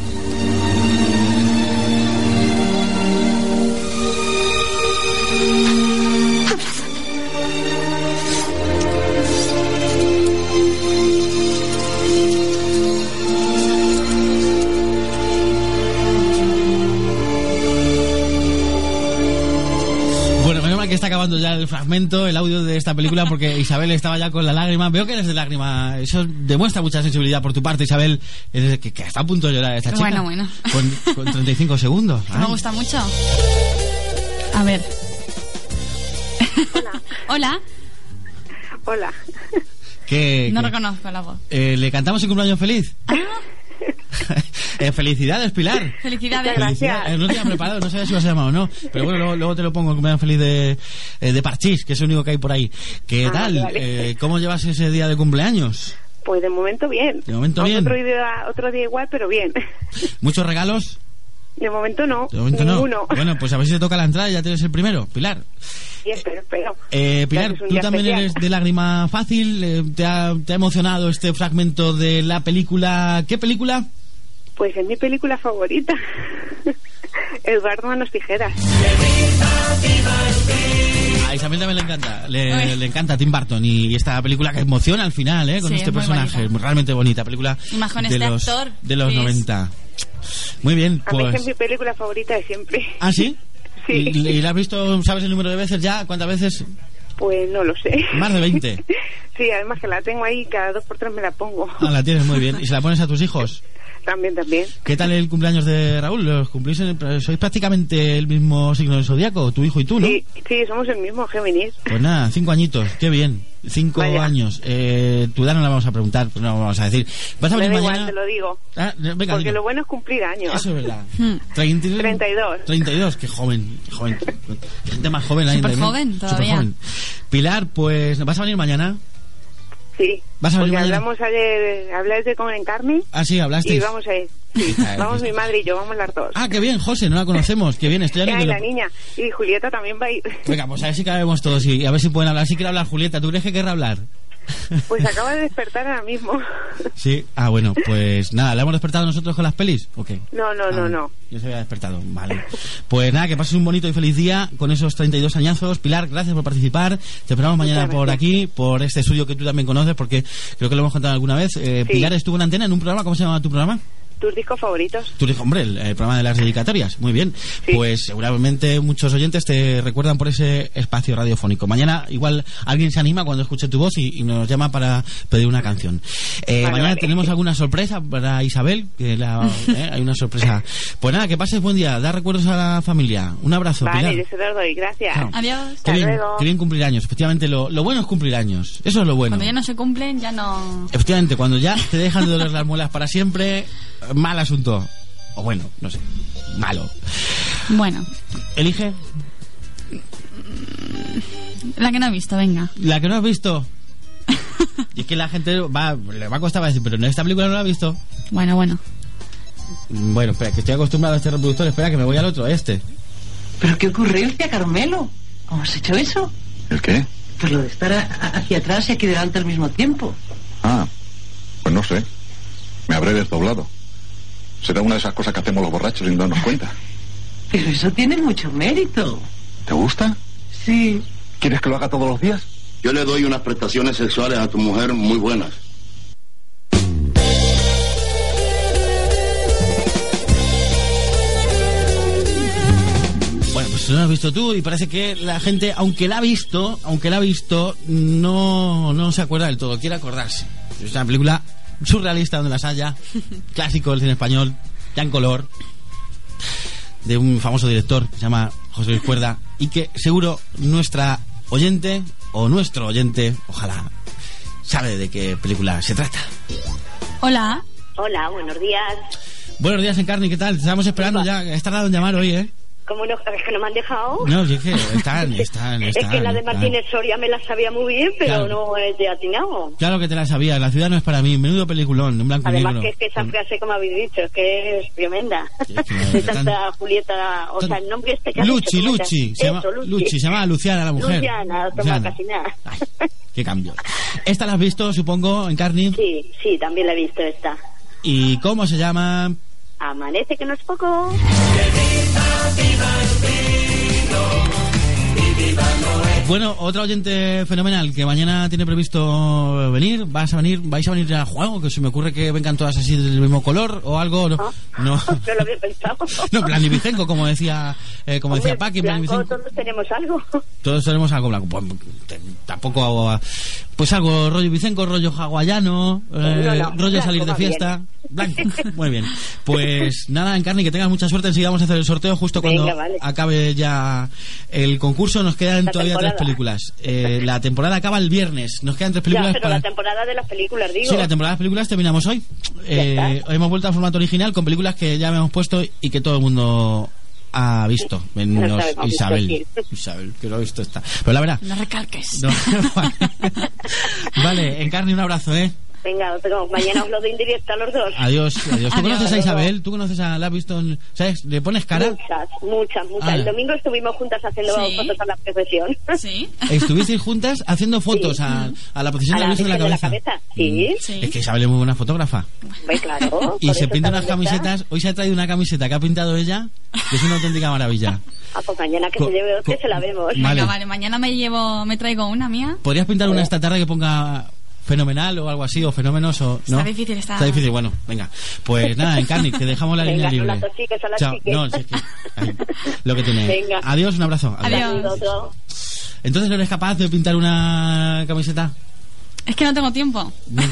Speaker 3: Que está acabando ya el fragmento, el audio de esta película, porque Isabel estaba ya con la lágrima. Veo que eres de lágrima. Eso demuestra mucha sensibilidad por tu parte, Isabel. Que está a punto de llorar esta chica.
Speaker 4: Bueno.
Speaker 3: Con 35 segundos.
Speaker 4: Me gusta mucho. A ver. Hola.
Speaker 24: Hola.
Speaker 4: No reconozco la voz.
Speaker 3: ¿Le cantamos el cumpleaños feliz? Felicidades, Pilar.
Speaker 4: Felicidades.
Speaker 24: Gracias.
Speaker 3: No te había preparado, no sabía si vas a llamar o no. Pero bueno, luego te lo pongo el cumpleaños feliz de Parchís, que es el único que hay por ahí. ¿Qué tal?
Speaker 24: Vale.
Speaker 3: ¿Cómo llevas ese día de cumpleaños?
Speaker 24: Pues de momento bien.
Speaker 3: De momento bien.
Speaker 24: Otro día igual, pero bien.
Speaker 3: ¿Muchos regalos?
Speaker 24: De momento no.
Speaker 3: De momento
Speaker 24: ninguno.
Speaker 3: No. Bueno, pues a ver si te toca la entrada y ya tienes el primero, Pilar.
Speaker 24: Sí, espero.
Speaker 3: Pilar, tú también eres de lágrima fácil. ¿Te ha emocionado este fragmento de la película? ¿Qué película?
Speaker 24: Pues es mi película favorita. Eduardo Manos Tijeras.
Speaker 3: A Isabel también le encanta. Le encanta Tim Burton y esta película que emociona al final, con
Speaker 4: sí,
Speaker 3: este personaje. Realmente bonita película.
Speaker 4: Y más con
Speaker 3: de
Speaker 4: este
Speaker 3: los,
Speaker 4: actor.
Speaker 3: de los 90. Muy bien,
Speaker 24: A mí
Speaker 3: pues.
Speaker 24: es mi película favorita de siempre.
Speaker 3: ¿Ah, sí?
Speaker 24: Sí.
Speaker 3: ¿Y la has visto, sabes el número de veces ya? ¿Cuántas veces?
Speaker 24: Pues no lo sé.
Speaker 3: Más de 20.
Speaker 24: Sí, además que la tengo ahí, cada 2 por 3 me la pongo.
Speaker 3: Ah, la tienes muy bien. ¿Y se la pones a tus hijos?
Speaker 24: También.
Speaker 3: ¿Qué tal el cumpleaños de Raúl? ¿Los cumplís sois prácticamente el mismo signo del zodiaco? Tu hijo y tú, ¿no?
Speaker 24: Sí, somos el mismo, Géminis.
Speaker 3: Pues nada, 5 añitos, qué bien. 5 años. Tu edad no la vamos a preguntar, pero no vamos a decir. ¿Vas a venir
Speaker 24: me da
Speaker 3: mañana?
Speaker 24: igual, te lo digo.
Speaker 3: Venga,
Speaker 24: porque
Speaker 3: dime.
Speaker 24: lo bueno es cumplir años.
Speaker 3: Eso es verdad.
Speaker 24: 32.
Speaker 3: 32, qué joven. Gente más joven.
Speaker 4: Superjoven todavía.
Speaker 3: Superjoven. Pilar, pues, ¿vas a venir mañana?
Speaker 24: Sí.
Speaker 3: ¿Vas a venir
Speaker 24: porque
Speaker 3: mañana?
Speaker 24: hablamos ayer, habláis de Comer en Carne.
Speaker 3: Ah, sí, hablasteis.
Speaker 24: Y vamos a ir. Sí, vamos mi madre y yo, vamos las dos.
Speaker 3: Ah, qué bien, José, no la conocemos. Qué bien, estoy
Speaker 24: Ya, y
Speaker 3: hablando.
Speaker 24: la niña. Y Julieta también va a ir.
Speaker 3: Venga, pues a ver si cabemos todos y a ver si pueden hablar. Sí quiere hablar Julieta. ¿Tú crees que querrá hablar?
Speaker 24: Pues acaba de despertar ahora mismo.
Speaker 3: Sí, bueno, pues nada, ¿le hemos despertado nosotros con las pelis? ¿O qué?
Speaker 24: No.
Speaker 3: Yo se había despertado, vale. Pues nada, que pases un bonito y feliz día con esos 32 añazos. Pilar, gracias por participar. Te esperamos mañana por aquí, por este estudio que tú también conoces, porque creo que lo hemos contado alguna vez.
Speaker 24: Sí.
Speaker 3: Pilar estuvo en Antena en un programa, ¿cómo se llama tu programa?
Speaker 24: ¿Tus discos favoritos?
Speaker 3: Tú dices, hombre, el programa de las dedicatorias. Muy bien.
Speaker 24: Sí.
Speaker 3: Pues seguramente muchos oyentes te recuerdan por ese espacio radiofónico. Mañana igual alguien se anima cuando escuche tu voz y nos llama para pedir una canción. Mañana tenemos alguna sorpresa para Isabel, que hay una sorpresa. Pues nada, que pases buen día. Da recuerdos a la familia. Un abrazo,
Speaker 24: Vale,
Speaker 3: Pilar.
Speaker 24: yo se los doy. Gracias.
Speaker 3: Chao.
Speaker 4: Adiós.
Speaker 3: Qué
Speaker 24: Hasta
Speaker 3: bien,
Speaker 24: luego.
Speaker 3: qué bien cumplir años. Efectivamente, lo bueno es cumplir años. Eso es lo bueno.
Speaker 4: Cuando ya no se cumplen, ya no...
Speaker 3: Efectivamente, cuando ya te dejan de doler las muelas para siempre, mal asunto. O bueno, no sé, malo.
Speaker 4: Bueno.
Speaker 3: Elige
Speaker 4: la que no he visto, venga.
Speaker 3: la que no has visto. Y es que la gente le va a costar decir, pero en esta película no la ha visto.
Speaker 4: Bueno.
Speaker 3: Bueno, espera, que estoy acostumbrado a este reproductor. Espera, que me voy al otro,
Speaker 12: ¿Pero qué ocurrencia, Carmelo? ¿Cómo has hecho eso?
Speaker 14: ¿El qué?
Speaker 12: Pues lo de estar hacia atrás y aquí delante al mismo tiempo.
Speaker 14: Ah, pues no sé. Me habré desdoblado. Será una de esas cosas que hacemos los borrachos sin darnos cuenta.
Speaker 12: Pero eso tiene mucho mérito.
Speaker 14: ¿Te gusta?
Speaker 12: Sí.
Speaker 14: ¿Quieres que lo haga todos los días?
Speaker 15: Yo le doy unas prestaciones sexuales a tu mujer muy buenas.
Speaker 3: no la has visto tú y parece que la gente, aunque la ha visto, no se acuerda del todo, quiere acordarse. Es una película surrealista donde las haya, clásico del cine español, ya en color, de un famoso director que se llama José Luis Cuerda y que seguro nuestra oyente o nuestro oyente, ojalá, sabe de qué película se trata.
Speaker 4: Hola.
Speaker 7: Hola, buenos días.
Speaker 3: Buenos días, Encarni, ¿qué tal? Te estábamos esperando ya, has tardado en llamar hoy, ¿eh?
Speaker 7: ¿Cómo no? ¿Es que no me han dejado?
Speaker 3: No, es que están.
Speaker 7: Es que la de Martínez Soria me la sabía muy bien, pero
Speaker 3: claro.
Speaker 7: No he atinado.
Speaker 3: Claro que te la sabía, La ciudad no es para mí, menudo peliculón, en blanco y negro.
Speaker 7: Además que es que esa frase, como habéis dicho, es que es tremenda. De tanta Julieta, o sea, el nombre este que ha
Speaker 3: Luchi,
Speaker 7: dicho,
Speaker 3: Luchi, se llama Luciana la mujer.
Speaker 7: Luciana, toma casi nada.
Speaker 3: Ay, qué cambio. ¿Esta la has visto, supongo, Encarni?
Speaker 7: Sí, también la he visto esta.
Speaker 3: ¿Y cómo se llama?
Speaker 7: Amanece que no es poco.
Speaker 3: Bueno, otra oyente fenomenal que mañana tiene previsto venir. ¿Vais a venir al juego? Que se me ocurre que vengan todas así del mismo color o algo. No.
Speaker 7: No lo había pensado.
Speaker 3: No, plan y Vicenco, como decía Paqui.
Speaker 7: Todos tenemos algo.
Speaker 3: Todos tenemos algo blanco. Pues, tampoco. Pues algo rollo Vicenco, rollo hawaiano, rollo salir de fiesta. Blanco. Muy bien. Pues nada, Encarni, que tengas mucha suerte. Enseguida vamos a hacer el sorteo justo cuando acabe ya el concurso. Nos quedan todavía 3 películas. La temporada acaba el viernes. Nos quedan 3 películas.
Speaker 7: Ya, pero la temporada de las películas, digo.
Speaker 3: Sí, la temporada de las películas terminamos hoy. Hemos vuelto al formato original con películas que ya habíamos puesto y que todo el mundo ha visto, menos Isabel, que no ha visto esta. Pero la verdad.
Speaker 4: No recalques.
Speaker 3: No. Vale, Encarni, un abrazo, ¿eh?
Speaker 7: Venga, pero mañana os lo doy en directo a los dos.
Speaker 3: Adiós. ¿Tú conoces a Isabel? ¿Tú conoces a la has visto? ¿Sabes? ¿Le pones cara?
Speaker 7: Muchas. El domingo estuvimos juntas haciendo fotos a la procesión.
Speaker 4: Sí.
Speaker 3: ¿Estuvisteis juntas haciendo fotos a la procesión de la Virgen de la Cabeza?
Speaker 7: Sí.
Speaker 3: Es que Isabel es muy buena fotógrafa.
Speaker 7: Pues claro.
Speaker 3: Y se pinta unas camisetas. Hoy se ha traído una camiseta que ha pintado ella, que es una auténtica maravilla.
Speaker 7: Pues mañana que se lleve otra se la vemos.
Speaker 4: Vale, mañana me traigo una mía.
Speaker 3: ¿Podrías pintar una esta tarde que ponga fenomenal o algo así, o fenómenos o no?
Speaker 4: Está difícil,
Speaker 3: está difícil. Bueno, venga, pues nada, Encarni, que dejamos la línea libre. Chao. No, si es que lo que tiene.
Speaker 7: Venga.
Speaker 3: Adiós, un abrazo.
Speaker 4: Adiós.
Speaker 3: Entonces, ¿no eres capaz de pintar una camiseta?
Speaker 4: Es que no tengo tiempo.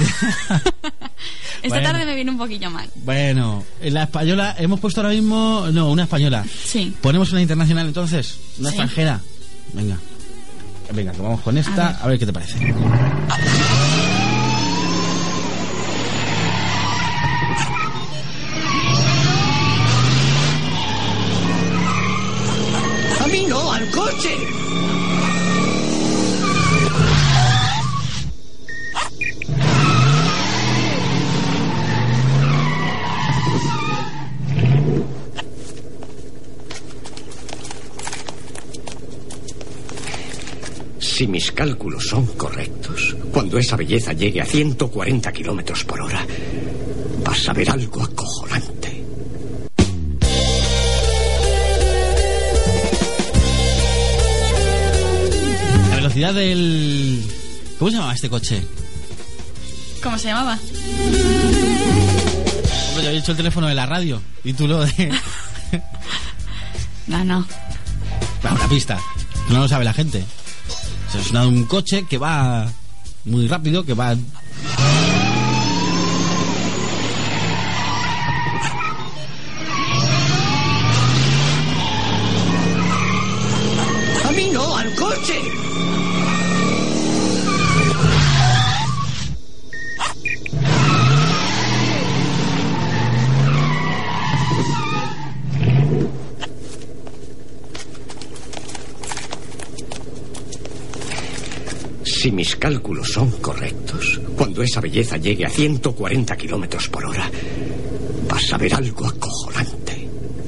Speaker 4: Esta tarde me viene un poquillo mal.
Speaker 3: Bueno, en la española hemos puesto ahora mismo, una española.
Speaker 4: Sí.
Speaker 3: Ponemos una internacional entonces, una extranjera. Venga, que vamos con esta, a ver qué te parece.
Speaker 12: ¡A mí no, al coche!
Speaker 15: Si mis cálculos son correctos, cuando esa belleza llegue a 140 kilómetros por hora, vas a ver algo acojonante.
Speaker 3: La velocidad del... ¿Cómo se llamaba este coche?
Speaker 4: ¿Cómo se llamaba?
Speaker 3: Hombre, yo he dicho el teléfono de la radio y tú lo de...
Speaker 4: No.
Speaker 3: Una pista. No lo sabe la gente. Es un coche que va muy rápido, que va...
Speaker 12: ¡A mí no, al coche!
Speaker 15: Si mis cálculos son correctos, cuando esa belleza llegue a 140 kilómetros por hora, vas a ver algo acojonante.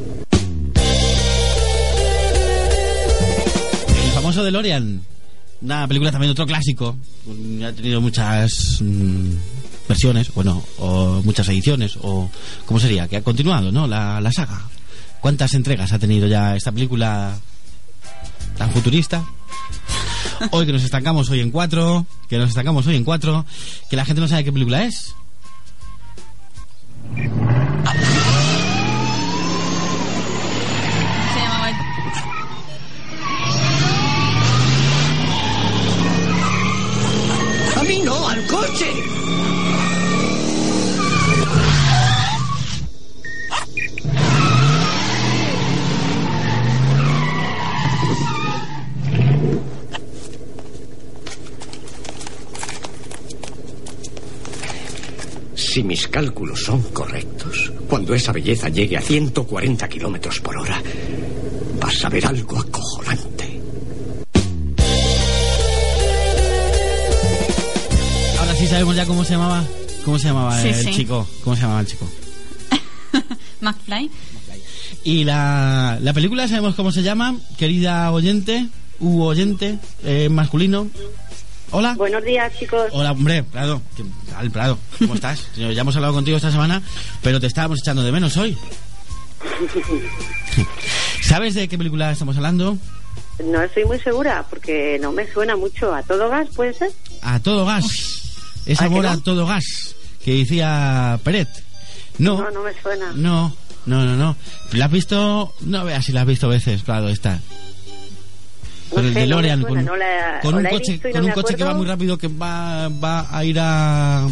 Speaker 3: El famoso DeLorean. Una película también, otro clásico. Ha tenido muchas versiones, o muchas ediciones, o... ¿Cómo sería? Que ha continuado, ¿no? La saga. ¿Cuántas entregas ha tenido ya esta película tan futurista? Hoy que nos estancamos hoy en 4, que la gente no sabe qué película es.
Speaker 4: Se llamaba
Speaker 15: mis cálculos son correctos, cuando esa belleza llegue a 140 kilómetros por hora, vas a ver algo acojonante.
Speaker 3: Ahora sí sabemos ya cómo se llamaba. ¿Cómo se llamaba el chico? ¿Cómo se llamaba el chico?
Speaker 4: McFly.
Speaker 3: Y la película sabemos cómo se llama, querida oyente, oyente, masculino. Hola.
Speaker 7: Buenos días, chicos.
Speaker 3: Hola, hombre, Prado. ¿Qué tal, Prado? ¿Cómo estás? Ya hemos hablado contigo esta semana, pero te estábamos echando de menos hoy. ¿Sabes de qué película estamos hablando?
Speaker 7: No estoy muy segura, porque no me suena mucho. ¿A todo gas, puede ser?
Speaker 3: A todo gas. Es amor a todo gas, que decía Peret. No,
Speaker 7: no me suena.
Speaker 3: No. ¿La has visto? No veas si la has visto veces, Prado, esta. Con el DeLorean, con un coche que va muy rápido, que va a ir a...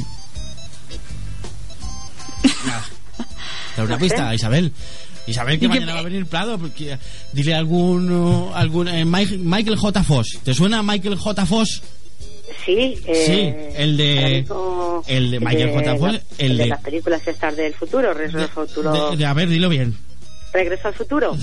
Speaker 3: Una pista, Isabel, que mañana va a venir Prado, porque dile algún Michael J. Fox. ¿Te suena Michael J. Fox?
Speaker 7: Sí,
Speaker 3: el de Michael J. Fox,
Speaker 7: el de las películas estas del futuro, Regreso al futuro.
Speaker 3: A ver, dilo bien.
Speaker 7: Regreso al futuro.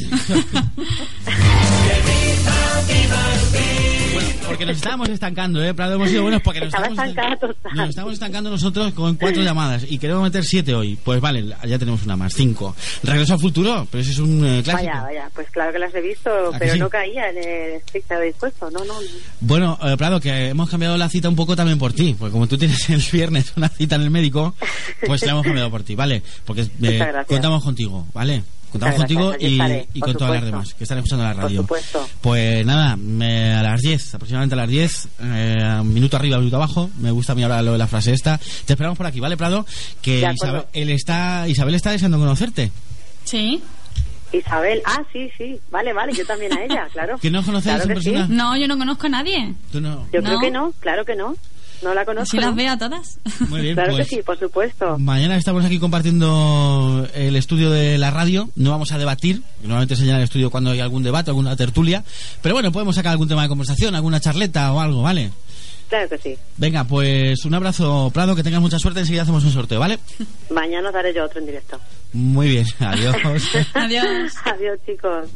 Speaker 3: Bueno, porque nos estábamos estancando, Prado, hemos sido buenos porque nos estamos estancando nosotros con 4 llamadas y queremos meter 7 hoy. Pues vale, ya tenemos una más, 5. Regreso al futuro, pero eso es un clásico.
Speaker 7: Vaya, pues claro que las he visto, pero sí? No caía en el estricto dispuesto, no.
Speaker 3: Bueno, Prado, que hemos cambiado la cita un poco también por ti, porque como tú tienes el viernes una cita en el médico, pues la hemos cambiado por ti, ¿vale? Porque contamos contigo, ¿vale? Contamos contigo y con todas las demás que están escuchando la radio.
Speaker 7: Por supuesto.
Speaker 3: Pues nada, a las 10, aproximadamente a las 10, un minuto arriba, un minuto abajo. Me gusta a mí ahora lo de la frase esta. Te esperamos por aquí, ¿vale, Prado? Que Isabel está deseando conocerte.
Speaker 4: Sí.
Speaker 7: Isabel, sí, vale, yo también a ella, claro.
Speaker 3: ¿Que no conocéis en persona?
Speaker 4: Sí. No, yo no conozco a nadie.
Speaker 3: ¿Tú no?
Speaker 7: Yo creo que no, claro que no. No la conozco.
Speaker 4: ¿Sí las veo a todas?
Speaker 3: Muy bien,
Speaker 7: claro
Speaker 3: pues,
Speaker 7: que sí, por supuesto.
Speaker 3: Mañana estamos aquí compartiendo el estudio de la radio. No vamos a debatir. Normalmente se llena el estudio cuando hay algún debate, alguna tertulia. Pero bueno, podemos sacar algún tema de conversación, alguna charleta o algo, ¿vale?
Speaker 7: Claro que sí.
Speaker 3: Venga, pues un abrazo, Prado, que tengas mucha suerte. Enseguida hacemos un sorteo, ¿vale?
Speaker 7: Mañana os daré yo otro en directo.
Speaker 3: Muy bien, adiós.
Speaker 4: Adiós.
Speaker 7: Adiós, chicos.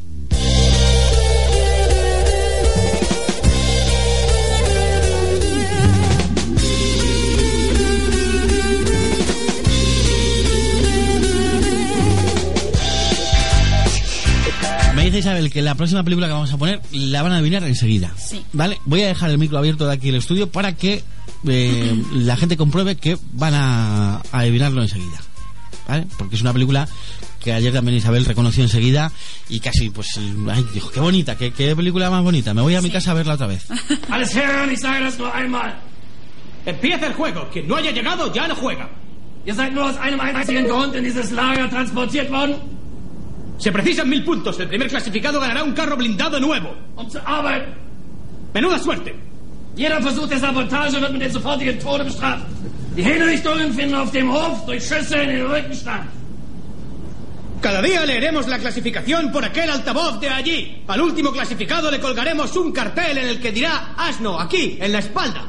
Speaker 3: Me dice Isabel que la próxima película que vamos a poner la van a adivinar enseguida.
Speaker 4: Sí.
Speaker 3: ¿Vale? Voy a dejar el micro abierto de aquí el estudio para que la gente compruebe que van a adivinarlo enseguida. ¿Vale? Porque es una película que ayer también Isabel reconoció enseguida y casi, pues, ay, dijo, qué bonita, qué película más bonita. Me voy a mi casa a verla otra vez.
Speaker 16: Alles Herren, ich sage das nur einmal. Empieza el juego. Quien no haya llegado ya no juega. Ihr seid nur aus einem einzigen Grund in dieses Lager transportiert worden. Se precisan 1000 puntos. El primer clasificado ganará un carro blindado nuevo. Zur Arbeit. Menuda suerte. Jeder Versuch der Sabotage wird mit dem sofortigen Tode bestraft. Die Hinrichtungen finden auf dem Hof durch Schüsse in den Rücken statt. Cada día leeremos la clasificación por aquel altavoz de allí. Al último clasificado le colgaremos un cartel en el que dirá asno aquí, en la espalda.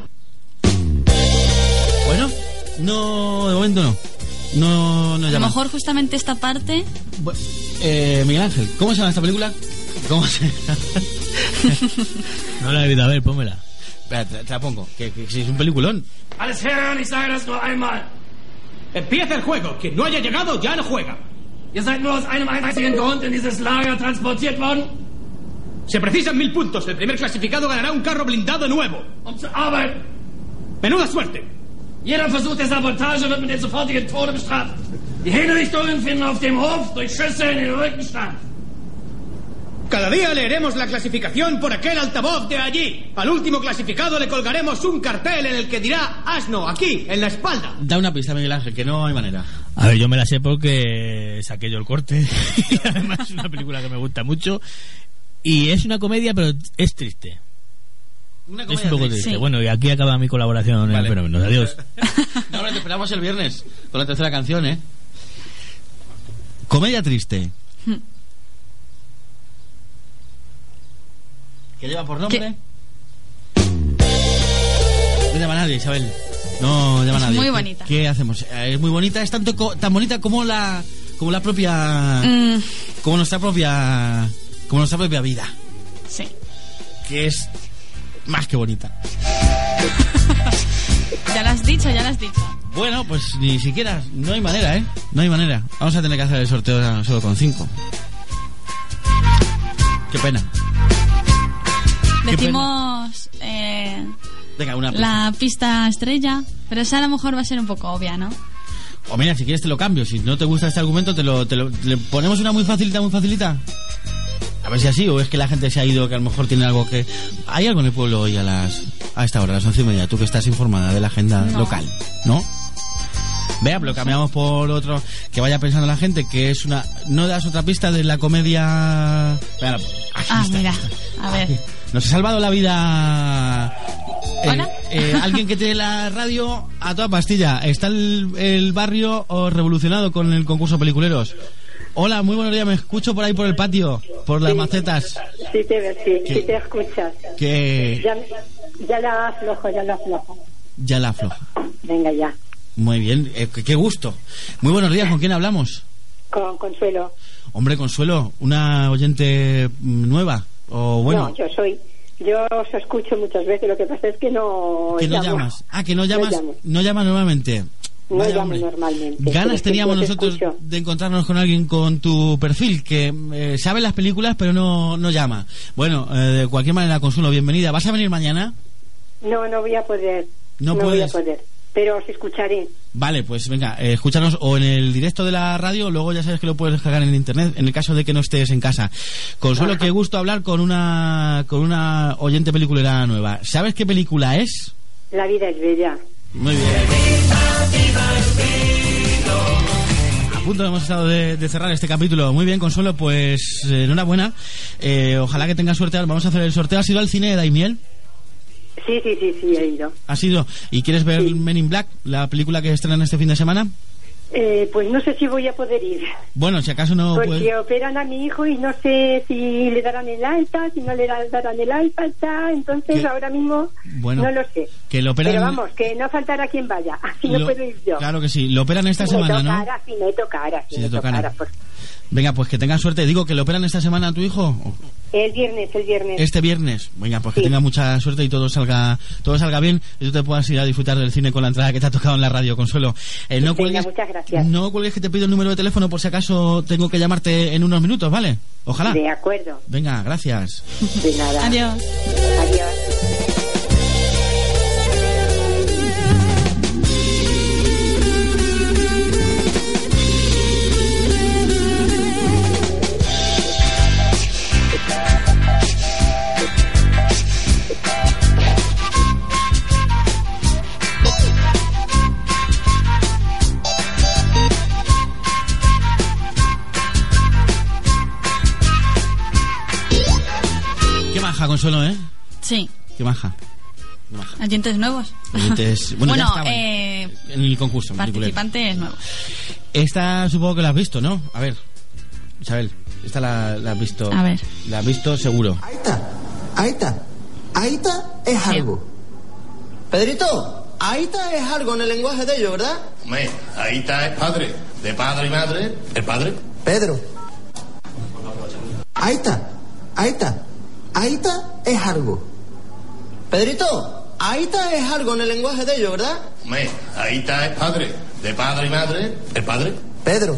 Speaker 3: Bueno, no, de momento no. No
Speaker 4: a lo mejor justamente esta parte.
Speaker 3: Miguel Ángel, ¿cómo se llama esta película? ¿Cómo se llama?
Speaker 17: No la he visto, a ver, pónmela.
Speaker 3: Espera, te la pongo, que es un peliculón.
Speaker 16: Alles Herren, ich sage das nur einmal. Empieza el juego. Quien no haya llegado ya no juega. Ihr seid nur aus einem einzigen Grund in dieses Lager transportiert worden. Se precisan 1000 puntos. El primer clasificado ganará un carro blindado nuevo. Zur Arbeit. Menuda suerte. Jeder Versuch der Sabotage wird mit dem sofortigen Tode bestraft. Die Hinrichtungen finden auf dem Hof durch Schüsse in den Rücken statt. Cada día leeremos la clasificación por aquel altavoz de allí. Al último clasificado le colgaremos un cartel en el que dirá asno aquí, en la espalda.
Speaker 3: Da una pista, Miguel Ángel, que no hay manera.
Speaker 17: A ver, yo me la sé porque saqué yo el corte. Y además es una película que me gusta mucho. Y es una comedia, pero es triste. Es un poco triste. Sí. Bueno, y aquí acaba mi colaboración en el fenómeno. Adiós.
Speaker 3: No, te esperamos el viernes con la tercera canción, ¿eh? Comedia triste. ¿Qué lleva por nombre? No llama a nadie, Isabel. No llama a nadie.
Speaker 4: Muy bonita.
Speaker 3: ¿Qué hacemos? Es muy bonita, es tan bonita como la propia... Como nuestra propia vida.
Speaker 4: Sí.
Speaker 3: Que es más que bonita.
Speaker 4: Ya lo has dicho.
Speaker 3: Bueno, pues ni siquiera, no hay manera, ¿eh? No hay manera. Vamos a tener que hacer el sorteo solo con 5. Qué pena.
Speaker 4: Decimos
Speaker 3: Venga, una
Speaker 4: la pista estrella, pero esa a lo mejor va a ser un poco obvia, ¿no?
Speaker 3: O mira, si quieres te lo cambio. Si no te gusta este argumento, le ponemos una muy facilita. A ver si así, o es que la gente se ha ido, que a lo mejor tiene algo que... ¿Hay algo en el pueblo hoy a esta hora, a las 11:30? Tú que estás informada de la agenda local, ¿no? Vea, lo cambiamos por otro, que vaya pensando la gente, que es una... ¿No das otra pista de la comedia...? Mira,
Speaker 4: a ver.
Speaker 3: Nos ha salvado la vida...
Speaker 4: ¿Hola?
Speaker 3: Alguien que tiene la radio a toda pastilla. Está el barrio revolucionado con el concurso Peliculeros. Hola, muy buenos días, me escucho por ahí por el patio, por las macetas.
Speaker 18: Sí, te escuchas.
Speaker 3: Que...
Speaker 18: Ya la aflojo.
Speaker 3: Ya la afloja.
Speaker 18: Venga, ya.
Speaker 3: Muy bien, qué gusto. Muy buenos días, ¿con quién hablamos?
Speaker 18: Con Consuelo.
Speaker 3: Hombre, Consuelo, ¿una oyente nueva? O bueno...
Speaker 18: No, yo os escucho muchas veces, lo que pasa es que no...
Speaker 3: Que no llamas. Que no llamas, no llamas normalmente.
Speaker 18: No llamo normalmente.
Speaker 3: Ganas teníamos nosotros de encontrarnos con alguien con tu perfil que sabe las películas pero no llama. Bueno, de cualquier manera, Consuelo, bienvenida. ¿Vas a venir mañana?
Speaker 18: No voy a poder.
Speaker 3: No
Speaker 18: voy a poder, pero os escucharé.
Speaker 3: Vale, pues venga, escúchanos o en el directo de la radio, luego ya sabes que lo puedes descargar en internet en el caso de que no estés en casa. Consuelo, qué gusto hablar con una oyente peliculera nueva. ¿Sabes qué película es?
Speaker 18: La vida es bella.
Speaker 3: Muy bien. A punto hemos estado de cerrar este capítulo. Muy bien, Consuelo, pues enhorabuena. Ojalá que tengas suerte. Vamos a hacer el sorteo. ¿Has ido al cine de Daimiel?
Speaker 18: Sí, he ido.
Speaker 3: ¿Has ido? ¿Y quieres ver Men in Black, la película que estrenan este fin de semana?
Speaker 18: Pues no sé si voy a poder ir.
Speaker 3: Bueno, si acaso no...
Speaker 18: Porque operan a mi hijo y no sé si le darán el alta, si no le darán el alta, entonces ahora mismo no lo sé.
Speaker 3: Que lo operan...
Speaker 18: Pero vamos, que no faltará quien vaya, así no puedo ir yo.
Speaker 3: Claro que sí, lo operan esta semana, ¿no?
Speaker 18: Si me tocara.
Speaker 3: Venga, pues que tengas suerte. Digo, ¿que lo operan esta semana a tu hijo?
Speaker 18: El viernes.
Speaker 3: Este viernes. Venga, pues que tenga mucha suerte y todo salga bien y tú te puedas ir a disfrutar del cine con la entrada que te ha tocado en la radio, Consuelo. No cuelgues,
Speaker 18: muchas gracias.
Speaker 3: No cuelgues, que te pido el número de teléfono por si acaso tengo que llamarte en unos minutos, ¿vale? Ojalá.
Speaker 18: De acuerdo.
Speaker 3: Venga, gracias.
Speaker 18: De nada.
Speaker 4: Adiós.
Speaker 3: Consuelo, ¿eh?
Speaker 4: Sí.
Speaker 3: Qué maja.
Speaker 4: Oyentes nuevos.
Speaker 3: Bueno, ya estaban en el concurso.
Speaker 4: Participantes nuevos.
Speaker 3: Esta supongo que la has visto, ¿no? A ver, Isabel, esta la has visto.
Speaker 4: A ver.
Speaker 3: La has visto seguro.
Speaker 12: Aita es algo. Pedrito, Aita es algo en el lenguaje de ellos, ¿verdad?
Speaker 15: Hombre, Aita es padre. De padre y madre, el padre.
Speaker 12: Pedro. Aita es algo. Pedrito, Aita es algo en el lenguaje de ellos, ¿verdad?
Speaker 15: Hombre, Aita es padre. De padre y madre, el padre.
Speaker 12: Pedro.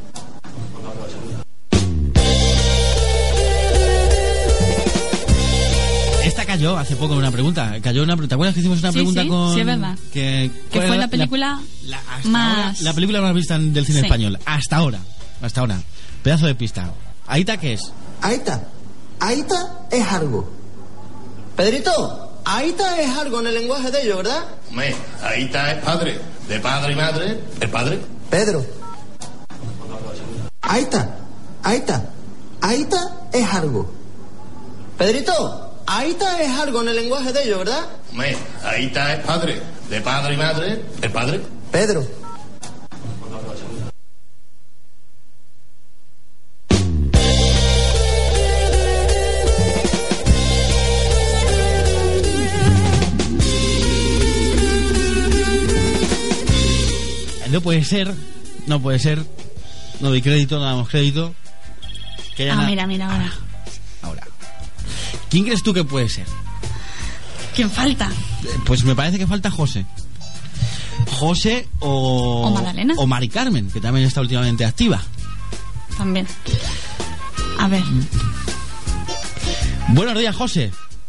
Speaker 3: Esta cayó hace poco en una pregunta. ¿Te acuerdas que hicimos una pregunta con...?
Speaker 4: Sí, es verdad.
Speaker 3: Que
Speaker 4: fue la película más...
Speaker 3: La película más vista del cine español. Hasta ahora. Pedazo de pista. ¿Aita qué es?
Speaker 12: Aita es algo. Pedrito, Aita es algo en el lenguaje de ellos, ¿verdad?
Speaker 15: Hombre, Aita es padre. De padre y madre, el padre.
Speaker 12: Pedro. Aita es algo. Pedrito, Aita es algo en el lenguaje de ellos, ¿verdad?
Speaker 15: Hombre, Aita es padre. De padre y madre, el padre.
Speaker 12: Pedro.
Speaker 3: puede ser. No doy crédito, no damos crédito.
Speaker 4: Mira,
Speaker 3: ahora. ¿Quién crees tú que puede ser?
Speaker 4: ¿Quién falta?
Speaker 3: Pues me parece que falta José o
Speaker 4: Magdalena.
Speaker 3: O Mari Carmen, que también está últimamente activa.
Speaker 4: También. A ver.
Speaker 3: Buenos días, José.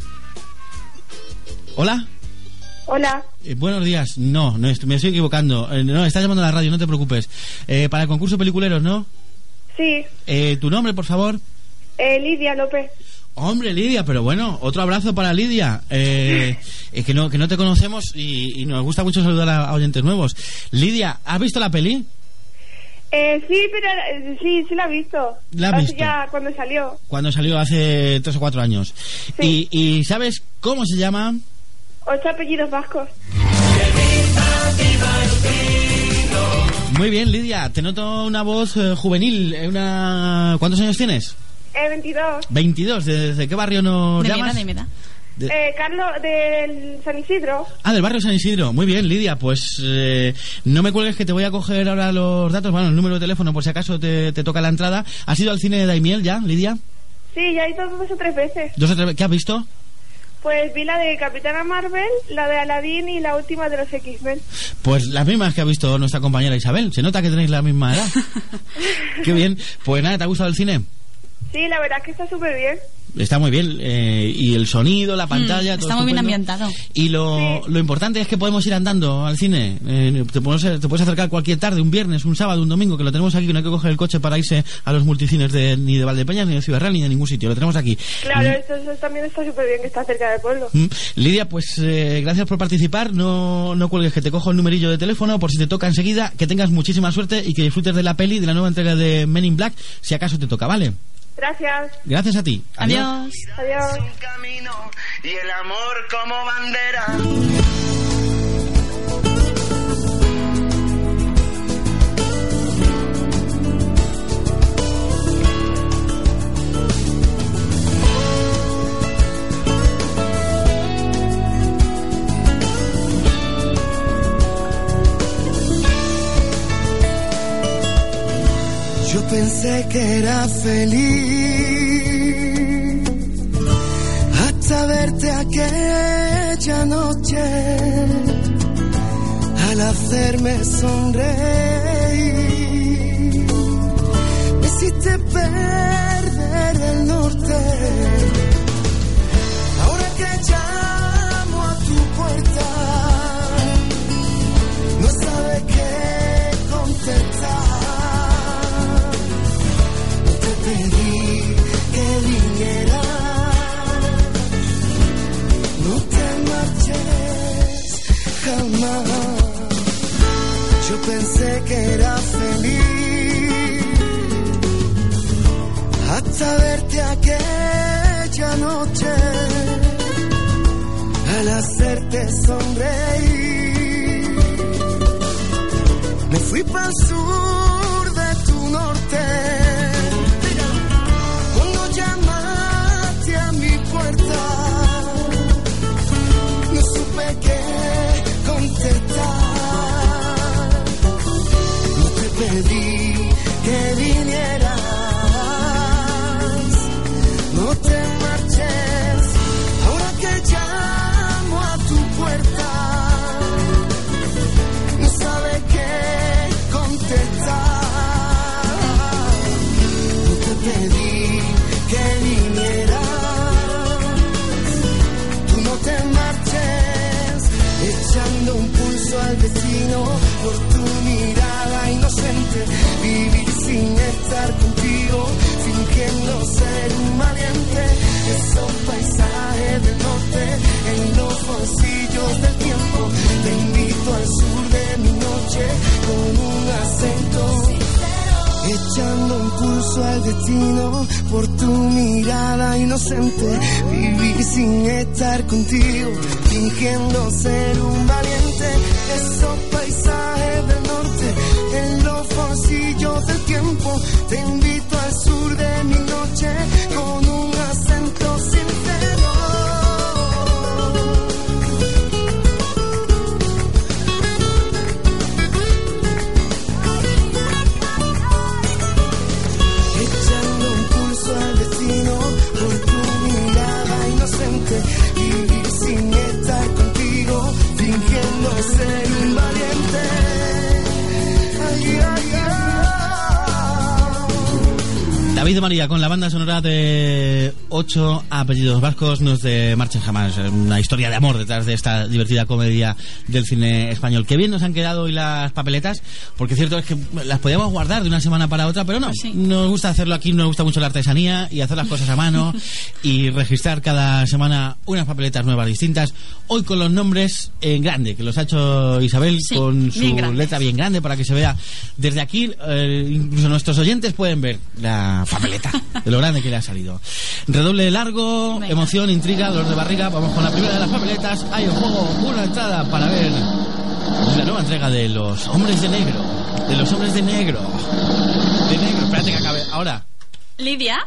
Speaker 3: Hola.
Speaker 18: Hola.
Speaker 3: Buenos días. No, me estoy equivocando. No, estás llamando a la radio, no te preocupes. Para el concurso Peliculeros, ¿no?
Speaker 18: Sí.
Speaker 3: ¿Tu nombre, por favor?
Speaker 18: Lidia López.
Speaker 3: Hombre, Lidia, pero bueno, otro abrazo para Lidia. Es que no te conocemos y nos gusta mucho saludar a oyentes nuevos. Lidia, ¿has visto la peli?
Speaker 18: Sí, pero sí la he visto.
Speaker 3: ¿La has visto?
Speaker 18: Ya cuando salió.
Speaker 3: Cuando salió hace 3 o 4 años.
Speaker 18: Sí.
Speaker 3: ¿Y sabes cómo se llama?
Speaker 18: 8 apellidos vascos.
Speaker 3: Muy bien, Lidia, te noto una voz juvenil. ¿Cuántos años tienes?
Speaker 18: 22.
Speaker 3: 22, ¿desde qué barrio nos llamas?
Speaker 4: De mi edad.
Speaker 18: Carlos, del San Isidro.
Speaker 3: Del barrio San Isidro. Muy bien, Lidia, pues no me cuelgues que te voy a coger ahora los datos, bueno, el número de teléfono por si acaso te toca la entrada. ¿Has ido al cine de Daimiel ya, Lidia?
Speaker 18: Sí, ya he ido 2 o 3 veces.
Speaker 3: 2 o 3 veces. ¿Qué has visto?
Speaker 18: Pues vi la de Capitana Marvel, la de Aladdin y la última de los X-Men.
Speaker 3: Pues las mismas que ha visto nuestra compañera Isabel. Se nota que tenéis la misma edad. Qué bien. Pues nada, ¿te ha gustado el cine?
Speaker 18: Sí, la verdad es que está súper bien.
Speaker 3: Está muy bien, y el sonido, la pantalla, todo
Speaker 4: está muy bien ambientado.
Speaker 3: Y lo importante es que podemos ir andando al cine. Te puedes acercar cualquier tarde, un viernes, un sábado, un domingo, que lo tenemos aquí, que no hay que coger el coche para irse a los multicines ni de Valdepeñas, ni de Ciudad Real, ni de ningún sitio. Lo tenemos aquí.
Speaker 18: Claro, esto también está súper bien, que está cerca del pueblo.
Speaker 3: Lidia, pues gracias por participar. No cuelgues, que te cojo el numerillo de teléfono por si te toca enseguida. Que tengas muchísima suerte y que disfrutes de la peli, de la nueva entrega de Men in Black, si acaso te toca, ¿vale?
Speaker 18: Gracias.
Speaker 3: Gracias a ti.
Speaker 4: Adiós.
Speaker 18: Adiós.
Speaker 19: Y el amor como bandera.
Speaker 2: Yo pensé que era feliz hasta verte aquella noche, al hacerme sonreír. Me hiciste perder el norte. Ahora que llamo a tu puerta, no sabe qué contestar. Pedí que vinieras, no te marches jamás. Yo pensé que era feliz hasta verte aquella noche, al hacerte sonreír. Me fui para el sur de tu norte. Llamaste a mi puerta, no supe qué contestar. No te pedí que vinieras, no te marches. Ahora que llamo a tu puerta, no sabe qué contestar. No te pedí que vinieras, tú no te marches, echando un pulso al destino por tu mirada inocente. Vivir sin estar contigo, fingiendo ser un valiente. Esos paisajes del norte, en los bolsillos del tiempo. Te invito al sur de mi noche con un acento echando un pulso al destino por tu mirada inocente. Vivir sin estar contigo, fingiendo ser un valiente. Esos paisajes del norte, en los bolsillos del tiempo. Te invito al sur de mi noche con un acento sincero.
Speaker 3: de María, con la banda sonora de 8 apellidos vascos, no es de Marchen Jamás, una historia de amor detrás de esta divertida comedia del cine español. Qué bien nos han quedado hoy las papeletas, porque cierto es que las podíamos guardar de una semana para otra, pero no, pues sí. Nos gusta hacerlo aquí, nos gusta mucho la artesanía y hacer las cosas a mano y registrar cada semana unas papeletas nuevas distintas. Hoy con los nombres en grande, que los ha hecho Isabel, sí, con su letra bien grande para que se vea desde aquí. Incluso nuestros oyentes pueden ver la papeleta de lo grande que le ha salido. Redoble largo, venga. Emoción, intriga, dolor de barriga. Vamos con la primera de las papeletas. Hay en juego una entrada para ver la nueva entrega de Los Hombres de Negro. De Los Hombres de Negro. De negro, espérate que acabe. Ahora.
Speaker 4: Lidia.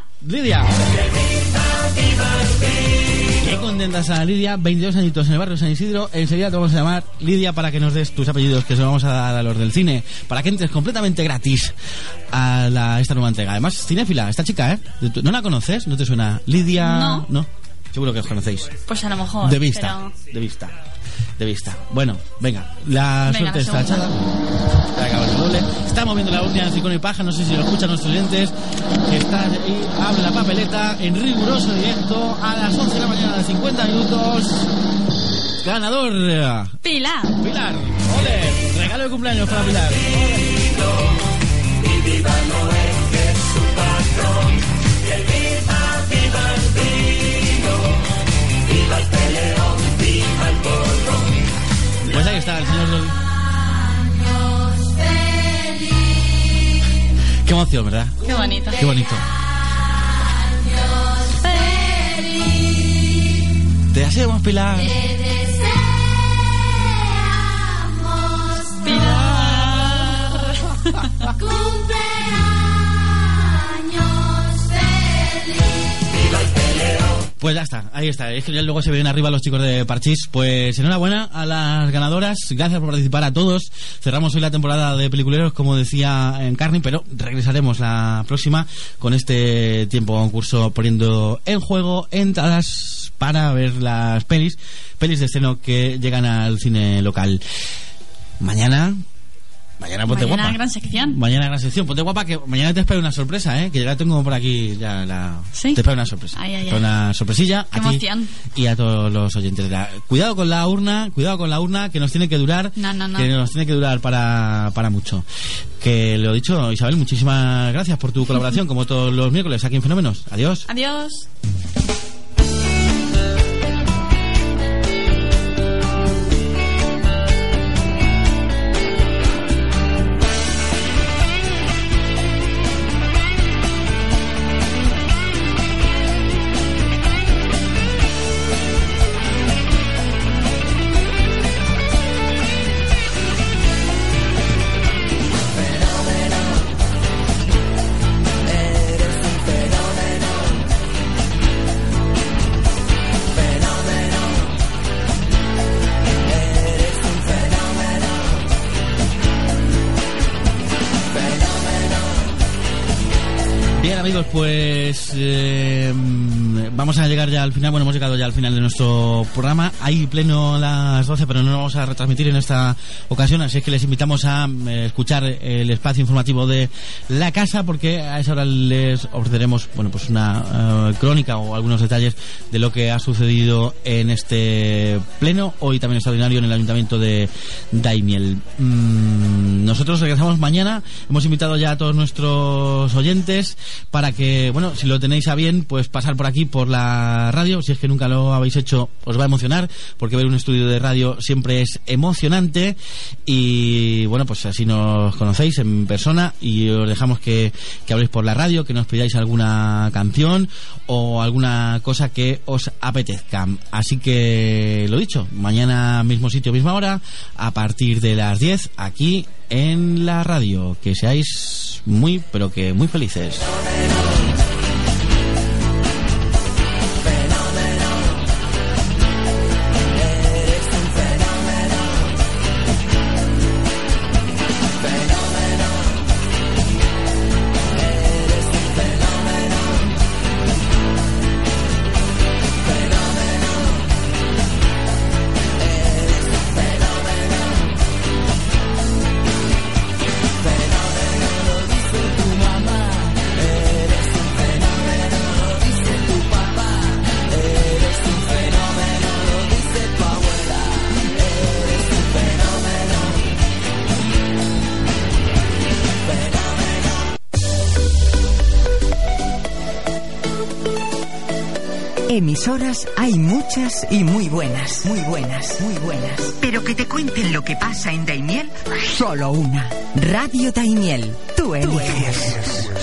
Speaker 3: Qué contenta está Lidia, 22 añitos en el barrio San Isidro. Enseguida te vamos a llamar, Lidia, para que nos des tus apellidos, que se los vamos a dar a los del cine, para que entres completamente gratis a esta nueva entrega. Además, cinéfila, esta chica, ¿eh? ¿No la conoces? ¿No te suena? Lidia... No. Seguro que os conocéis.
Speaker 4: Pues a lo mejor.
Speaker 3: De vista. Bueno, venga, la suerte está echada. Estamos viendo la última de Cicono y Paja, no sé si lo escuchan nuestros oyentes, que está ahí, abre la papeleta en riguroso directo a las 11 de la mañana de 50 minutos. Ganador
Speaker 4: Pilar.
Speaker 3: Ole, regalo de cumpleaños para Pilar.
Speaker 2: Y viva Noé, que es su patrón. Que viva el vino, viva el peleón, viva el borrón.
Speaker 3: Pues ahí está el señor. Qué emoción, ¿verdad?
Speaker 4: Qué bonito.
Speaker 3: Te deseamos, Pilar.
Speaker 2: Cumpleaños feliz. Viva el peleón.
Speaker 3: Pues ya está, ahí está. Es que ya luego se ven arriba los chicos de Parchís. Pues enhorabuena a las ganadoras. Gracias por participar a todos. Cerramos hoy la temporada de Peliculeros, como decía Encarni, pero regresaremos la próxima con este tiempo concurso, poniendo en juego entradas para ver las pelis de estreno que llegan al cine local. Mañana ponte guapa.
Speaker 4: Mañana gran sección.
Speaker 3: Ponte guapa, que mañana te espero una sorpresa, que ya tengo por aquí
Speaker 4: ¿Sí?
Speaker 3: Te espero una sorpresa.
Speaker 4: Ay.
Speaker 3: Una sorpresilla.
Speaker 4: Qué
Speaker 3: a ti
Speaker 4: emoción.
Speaker 3: Y a todos los oyentes. Cuidado con la urna, que nos tiene que durar.
Speaker 4: No.
Speaker 3: Que nos tiene que durar para mucho. Que lo dicho, Isabel, muchísimas gracias por tu colaboración, como todos los miércoles aquí en Fenómenos. Adiós. Pues vamos a llegar ya al final. Bueno, hemos llegado ya al final de nuestro programa. Hay pleno a las 12, pero no lo vamos a retransmitir en esta ocasión, así es que les invitamos a escuchar el espacio informativo de la casa, porque a esa hora les ofreceremos pues una crónica o algunos detalles de lo que ha sucedido en este pleno hoy también extraordinario en el Ayuntamiento de Daimiel. Nosotros regresamos mañana. Hemos invitado ya a todos nuestros oyentes para que, si lo tenéis a bien, pues pasar por aquí, por la radio. Si es que nunca lo habéis hecho, os va a emocionar, porque ver un estudio de radio siempre es emocionante. Y pues así nos conocéis en persona, y os dejamos que habléis por la radio, que nos pidáis alguna canción o alguna cosa que os apetezca. Así que, lo dicho, mañana mismo sitio, misma hora, a partir de las 10, aquí en la radio. Que seáis muy, pero que muy felices.
Speaker 1: Emisoras hay muchas y muy buenas, muy buenas, muy buenas. Pero que te cuenten lo que pasa en Daimiel, solo una. Radio Daimiel, tú eliges.